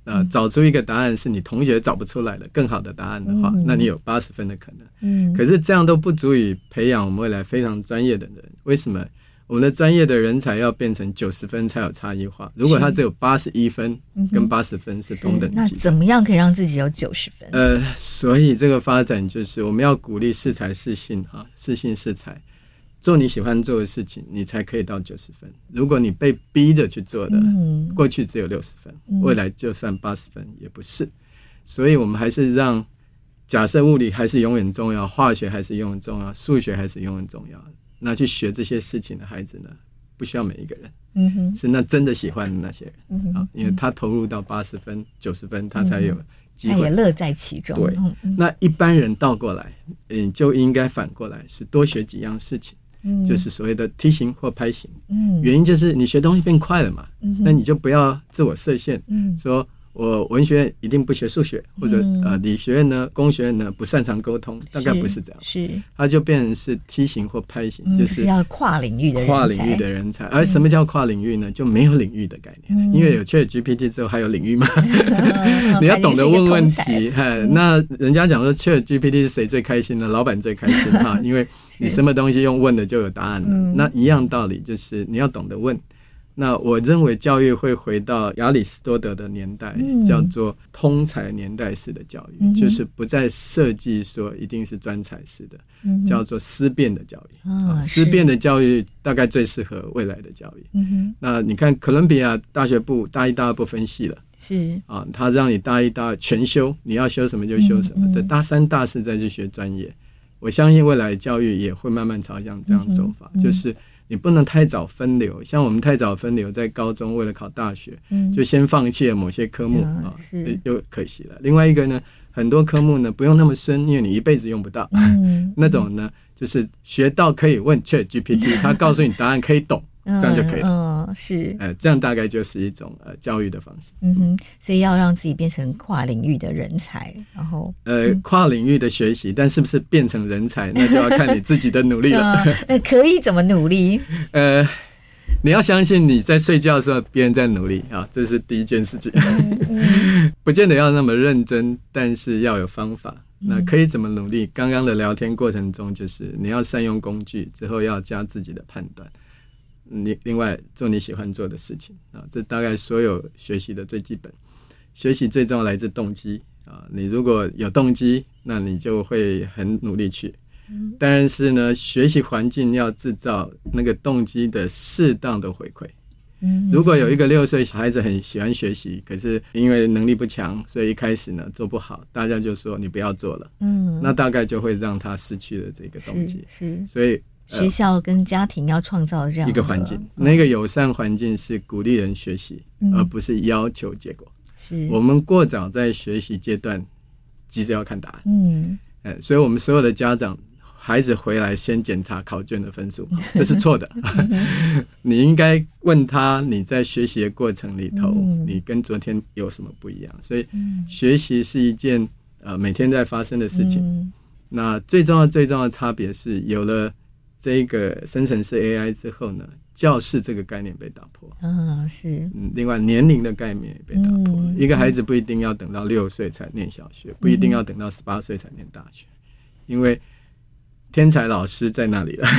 呃、找出一个答案是你同学找不出来的更好的答案的话，嗯、那你有八十分的可能。嗯，可是这样都不足以培养我们未来非常专业的人。为什么？我们的专业的人才要变成九十分才有差异化，如果他只有八十一分跟八十分是同等级、嗯、 那怎么样可以让自己有九十分？ 呃，所以这个发展就是我们要鼓励适才适性哈，适性适才，做你喜欢做的事情，你才可以到九十分。如果你被逼着去做的，嗯、过去只有六十分、嗯，未来就算八十分也不是。所以我们还是让假设物理还是永远重要，化学还是永远重要，数学还是永远重要。那去学这些事情的孩子呢，不需要每一个人，嗯哼，是那真的喜欢的那些人，嗯哼，啊，因为他投入到八十分、九十分，他才有机会， 他也乐在其中。 对，嗯、那一般人倒过来，你就应该反过来，是多学几样事情，嗯、就是所谓的梯形或拍形。嗯，原因就是你学东西变快了嘛，嗯、那你就不要自我设限，嗯，说。我文学院一定不学数学，或者、嗯、呃理学院呢、工学院呢不擅长沟通，大概不是这样，是它就变成是梯形或拍形，嗯、就是要跨领域的人才跨领域的人才。而什么叫跨领域呢？就没有领域的概念，嗯、因为有 ChatGPT 之后还有领域嘛，嗯、你要懂得问问题。嗯、那人家讲说 ChatGPT 是谁最开心呢？老板最开心哈，因为你什么东西用问的就有答案了。嗯、那一样道理就是你要懂得问。那我认为教育会回到亚里士多德的年代，嗯、叫做通才年代式的教育，嗯、就是不再设计说一定是专才式的，嗯、叫做思辨的教育。啊、思辨的教育大概最适合未来的教育。嗯、那你看哥伦比亚大学部大一大二不分系了，是啊，他让你大一大二全修，你要修什么就修什么，在、嗯、大三大四再去学专业。我相信未来教育也会慢慢朝向这样走法，嗯、就是你不能太早分流，像我们太早分流，在高中为了考大学，嗯、就先放弃了某些科目、嗯、啊，就可惜了。另外一个呢，很多科目呢不用那么深，因为你一辈子用不到。嗯、那种呢，就是学到可以问 ChatGPT， 他告诉你答案可以懂。这样就可以了。嗯，嗯是。呃，这样大概就是一种呃教育的方式。 嗯哼，所以要让自己变成跨领域的人才，然后呃、嗯、跨领域的学习，但是不是变成人才，那就要看你自己的努力了。 嗯、那可以怎么努力？呃， 你要相信你在睡觉的时候，别人在努力啊，这是第一件事情。嗯嗯、不见得要那么认真，但是要有方法。那可以怎么努力？刚刚的聊天过程中，就是你要善用工具，之后要加自己的判断。你另外做你喜欢做的事情啊，这大概所有学习的最基本。学习最重要来自动机啊，你如果有动机，那你就会很努力去。但是呢，学习环境要制造那个动机的适当的回馈。如果有一个六岁小孩子很喜欢学习，可是因为能力不强，所以一开始呢做不好，大家就说你不要做了。嗯，那大概就会让他失去了这个动机。是，是所以。 学校跟家庭要创造这样一个环境，那个友善环境是鼓励人学习，嗯、而不是要求结果。是我们过早在学习阶段急着要看答案，嗯，呃，所以我们所有的家长，孩子回来先检查考卷的分数，这是错的。你应该问他，你在学习的过程里头，嗯、你跟昨天有什么不一样？所以，学习是一件呃每天在发生的事情。嗯、那最重要、最重要的差别是有了。这个生成式 A I 之后呢，教室这个概念被打破。嗯，是。嗯，另外年龄的概念也被打破了。嗯、一个孩子不一定要等到六岁才念小学，不一定要等到十八岁才念大学，因为天才老师在那里了。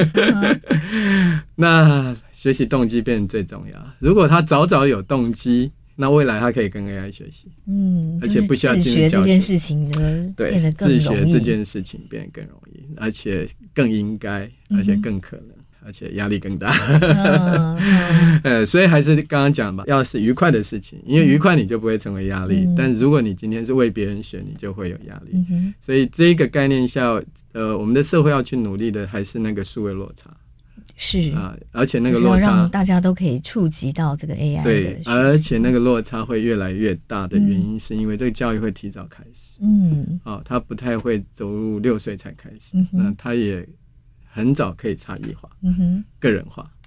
那学习动机变成最重要。如果他早早有动机，那未来他可以跟 A I 学习，嗯，而且不需要进入教学。 自学这件事情呢，对，变得更容易。 自学这件事情变得更容易，而且更应该，而且更可能，嗯、而且压力更大。嗯嗯、呃，所以还是刚刚讲吧，要是愉快的事情，因为愉快你就不会成为压力。嗯、但如果你今天是为别人学，你就会有压力。嗯、所以这个概念下，呃，我们的社会要去努力的还是那个数位落差。是啊，而且那个落差让大家都可以触及到这个 A I 的对，而且那个落差会越来越大的原因，是因为这个教育会提早开始。嗯，啊，他不太会走入六岁才开始，嗯、那他也很早可以差异化、嗯、个人化。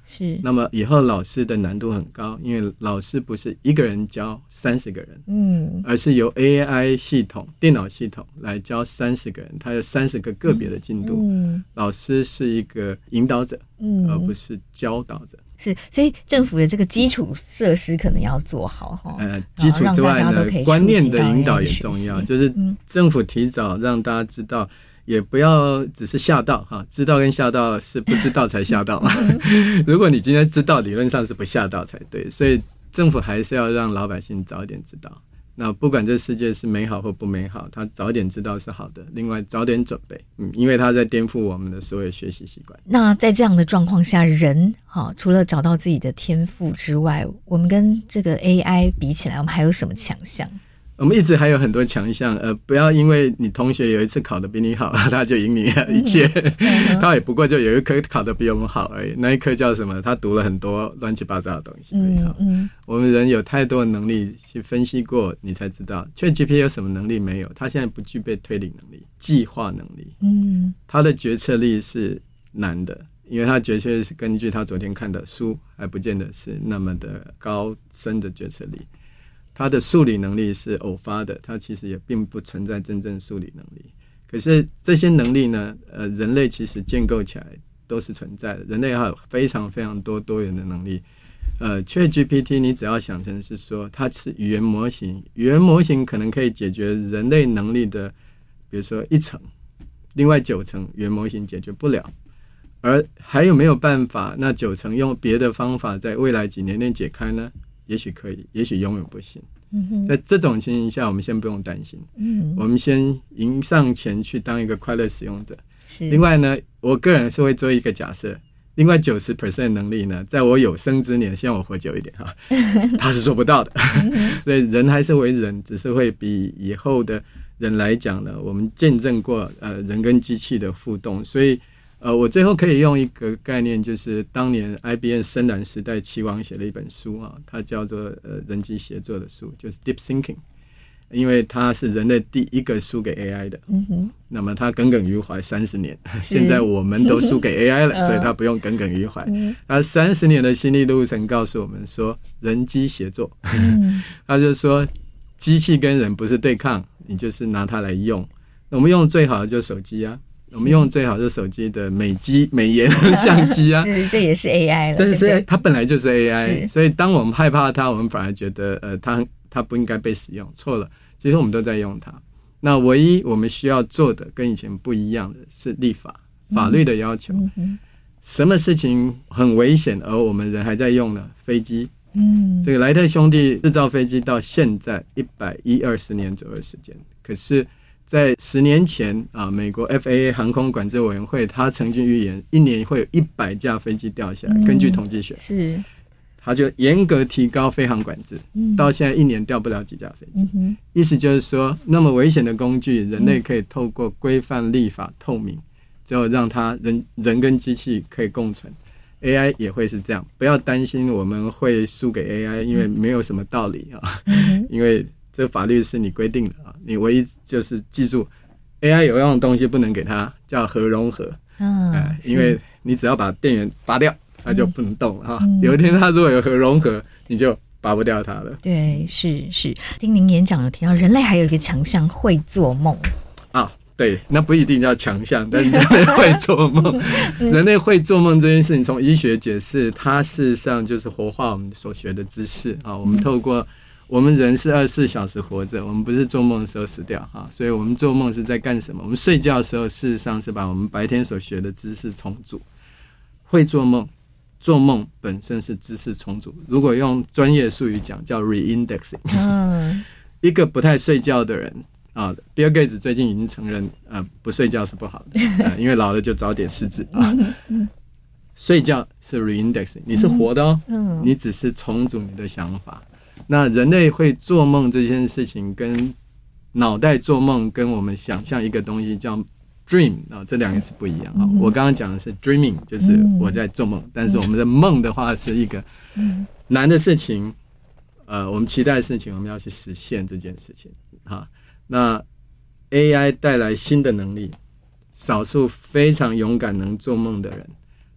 是。 那么以后老师的难度很高，因为老师不是一个人教三十个人，嗯，而是由 A I 系统、电脑系统来教三十个人，他有三十个个别的进度。嗯，老师是一个引导者，嗯，而不是教导者。 是，所以政府的这个基础设施可能要做好哈。 呃，基础之外呢，观念的引导也重要，就是政府提早让大家知道，也不要只是吓到哈，知道跟吓到是不知道才吓到嘛。如果你今天知道，理论上是不吓到才对，所以政府还是要让老百姓早点知道。那不管这世界是美好或不美好，他早点知道是好的，另外早点准备，嗯，因为他在颠覆我们的所有学习习惯。 那在这样的状况下，人哈除了找到自己的天赋之外，我们跟这个 A I 比起来，我们还有什么强项？ 我们一直还有很多强项，呃，不要因为你同学有一次考得比你好，他就赢你了一切，嗯、他也不过就有一科考得比我们好而已。那一科叫什么？他读了很多乱七八糟的东西。嗯嗯，我们人有太多的能力去分析过，你才知道 ChatGPT 有什么能力没有？他现在不具备推理能力、计划能力。嗯，他的决策力是难的，因为他决策是根据他昨天看的书，还不见得是那么的高深的决策力。他的数理能力是偶发的，他其实也并不存在真正数理能力。可是这些能力呢，呃，人类其实建构起来都是存在的。人类还有非常非常多多元的能力。呃 ，ChatGPT 你只要想成是说它是语言模型，语言模型可能可以解决人类能力的，比如说一成，另外九成语言模型解决不了。而还有没有办法？那九成用别的方法在未来几年内解开呢？也许可以，也许永远不行。嗯、在这种情形下，我们先不用担心。嗯，我们先迎上前去当一个快乐使用者。是。另外呢，我个人是会做一个假设，另外 百分之九十 的能力呢，在我有生之年，希望我活久一点哈，他是做不到的。所以人还是为人，只是会比以后的人来讲呢，我们见证过呃人跟机器的互动，所以。呃，我最后可以用一个概念，就是当年 I B M 深蓝时代棋王写了一本书啊，它叫做呃人机协作的书，就是 Deep Thinking， 因为它是人类第一个输给 A I 的，嗯哼，那么它耿耿于怀三十年，现在我们都输给 A I 了，所以它不用耿耿于怀。它三十年的心理路程告诉我们说，人机协作，嗯、他就说机器跟人不是对抗，你就是拿它来用。我们用最好的就是手机啊。我们用最好的手机的美机、美颜相机啊， 是这也是 A I 了。 但是它本来就是 A I， 所以当我们害怕它，我们反而觉得呃，它它不应该被使用，错了。其实我们都在用它。那唯一我们需要做的跟以前不一样的是立法、法律的要求。嗯、什么事情很危险，而我们人还在用呢？飞机。嗯，这个莱特兄弟制造飞机到现在一百一二十年左右的时间，可是。在十年前啊，美国 F A A 航空管制委员会，他曾经预言一年会有一百架飞机掉下来，嗯、根据统计学，是，他就严格提高飞航管制，嗯、到现在一年掉不了几架飞机。嗯、意思就是说，那么危险的工具，人类可以透过规范、立法、透明，只有让它人人跟机器可以共存。A I 也会是这样，不要担心我们会输给 A I， 因为没有什么道理啊，嗯、因为。这个法律是你规定的啊，你唯一就是记住 A I 有用的东西不能给它，叫核融合。嗯、呃，因为你只要把电源拔掉，它就不能动了哈。嗯、有一天它如果有核融合，你就拔不掉它了。 对，是是。听您演讲有提到，人类还有一个强项，会做梦啊。对，那不一定叫强项，但是人类会做梦。人类会做梦这件事情，从医学解释，它事实上就是活化我们所学的知识啊。我们透过我们人是二十四小时活着，我们不是做梦的时候死掉哈，所以我们做梦是在干什么？我们睡觉的时候，事实上是把我们白天所学的知识重组。会做梦，做梦本身是知识重组。如果用专业术语讲，叫 reindexing。嗯，一个不太睡觉的人啊 ，Bill Gates 最近已经承认，呃，不睡觉是不好的，呃、因为老了就早点失智啊。睡觉是 reindexing， 你是活的哦，嗯、你只是重组你的想法。那人类会做梦这件事情，跟脑袋做梦跟我们想象一个东西叫 dream 啊，这两个是不一样啊。嗯、我刚刚讲的是 dreaming， 就是我在做梦，嗯、但是我们的梦的话是一个难的事情，呃，我们期待的事情，我们要去实现这件事情哈。那 A I 带来新的能力，少数非常勇敢能做梦的人，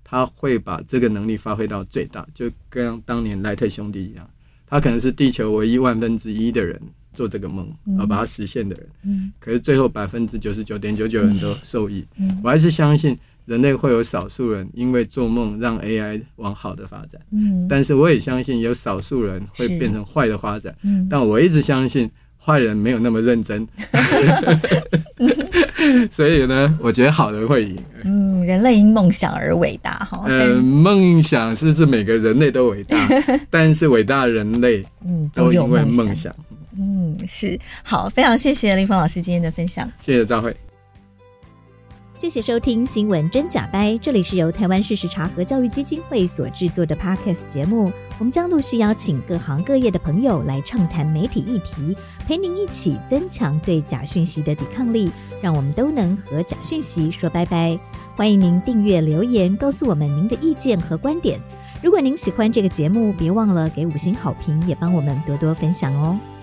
他会把这个能力发挥到最大，就跟当年莱特兄弟一样，他可能是地球唯一万分之一的人做这个梦，嗯、而把它实现的人，嗯、可是最后百分之九十九点九九人都受益。嗯、我还是相信人类会有少数人因为做梦让 A I 往好的发展，嗯、但是我也相信有少数人会变成坏的发展，嗯、但我一直相信坏人没有那么认真所以呢我觉得好人会赢。 嗯，人类因梦想而伟大。 呃，梦想是不是每个人类都伟大但是伟大的人类都因为梦想。 嗯，是。好，非常谢谢林峰老师今天的分享。 谢谢赵慧。 谢谢收听新闻真假掰，这里是由台湾事实查核教育基金会所制作的 Podcast 节目，我们将陆续邀请各行各业的朋友来畅谈媒体议题，陪您一起增强对假讯息的抵抗力，让我们都能和假讯息说拜拜。欢迎您订阅留言告诉我们您的意见和观点，如果您喜欢这个节目，别忘了给五星好评，也帮我们多多分享哦。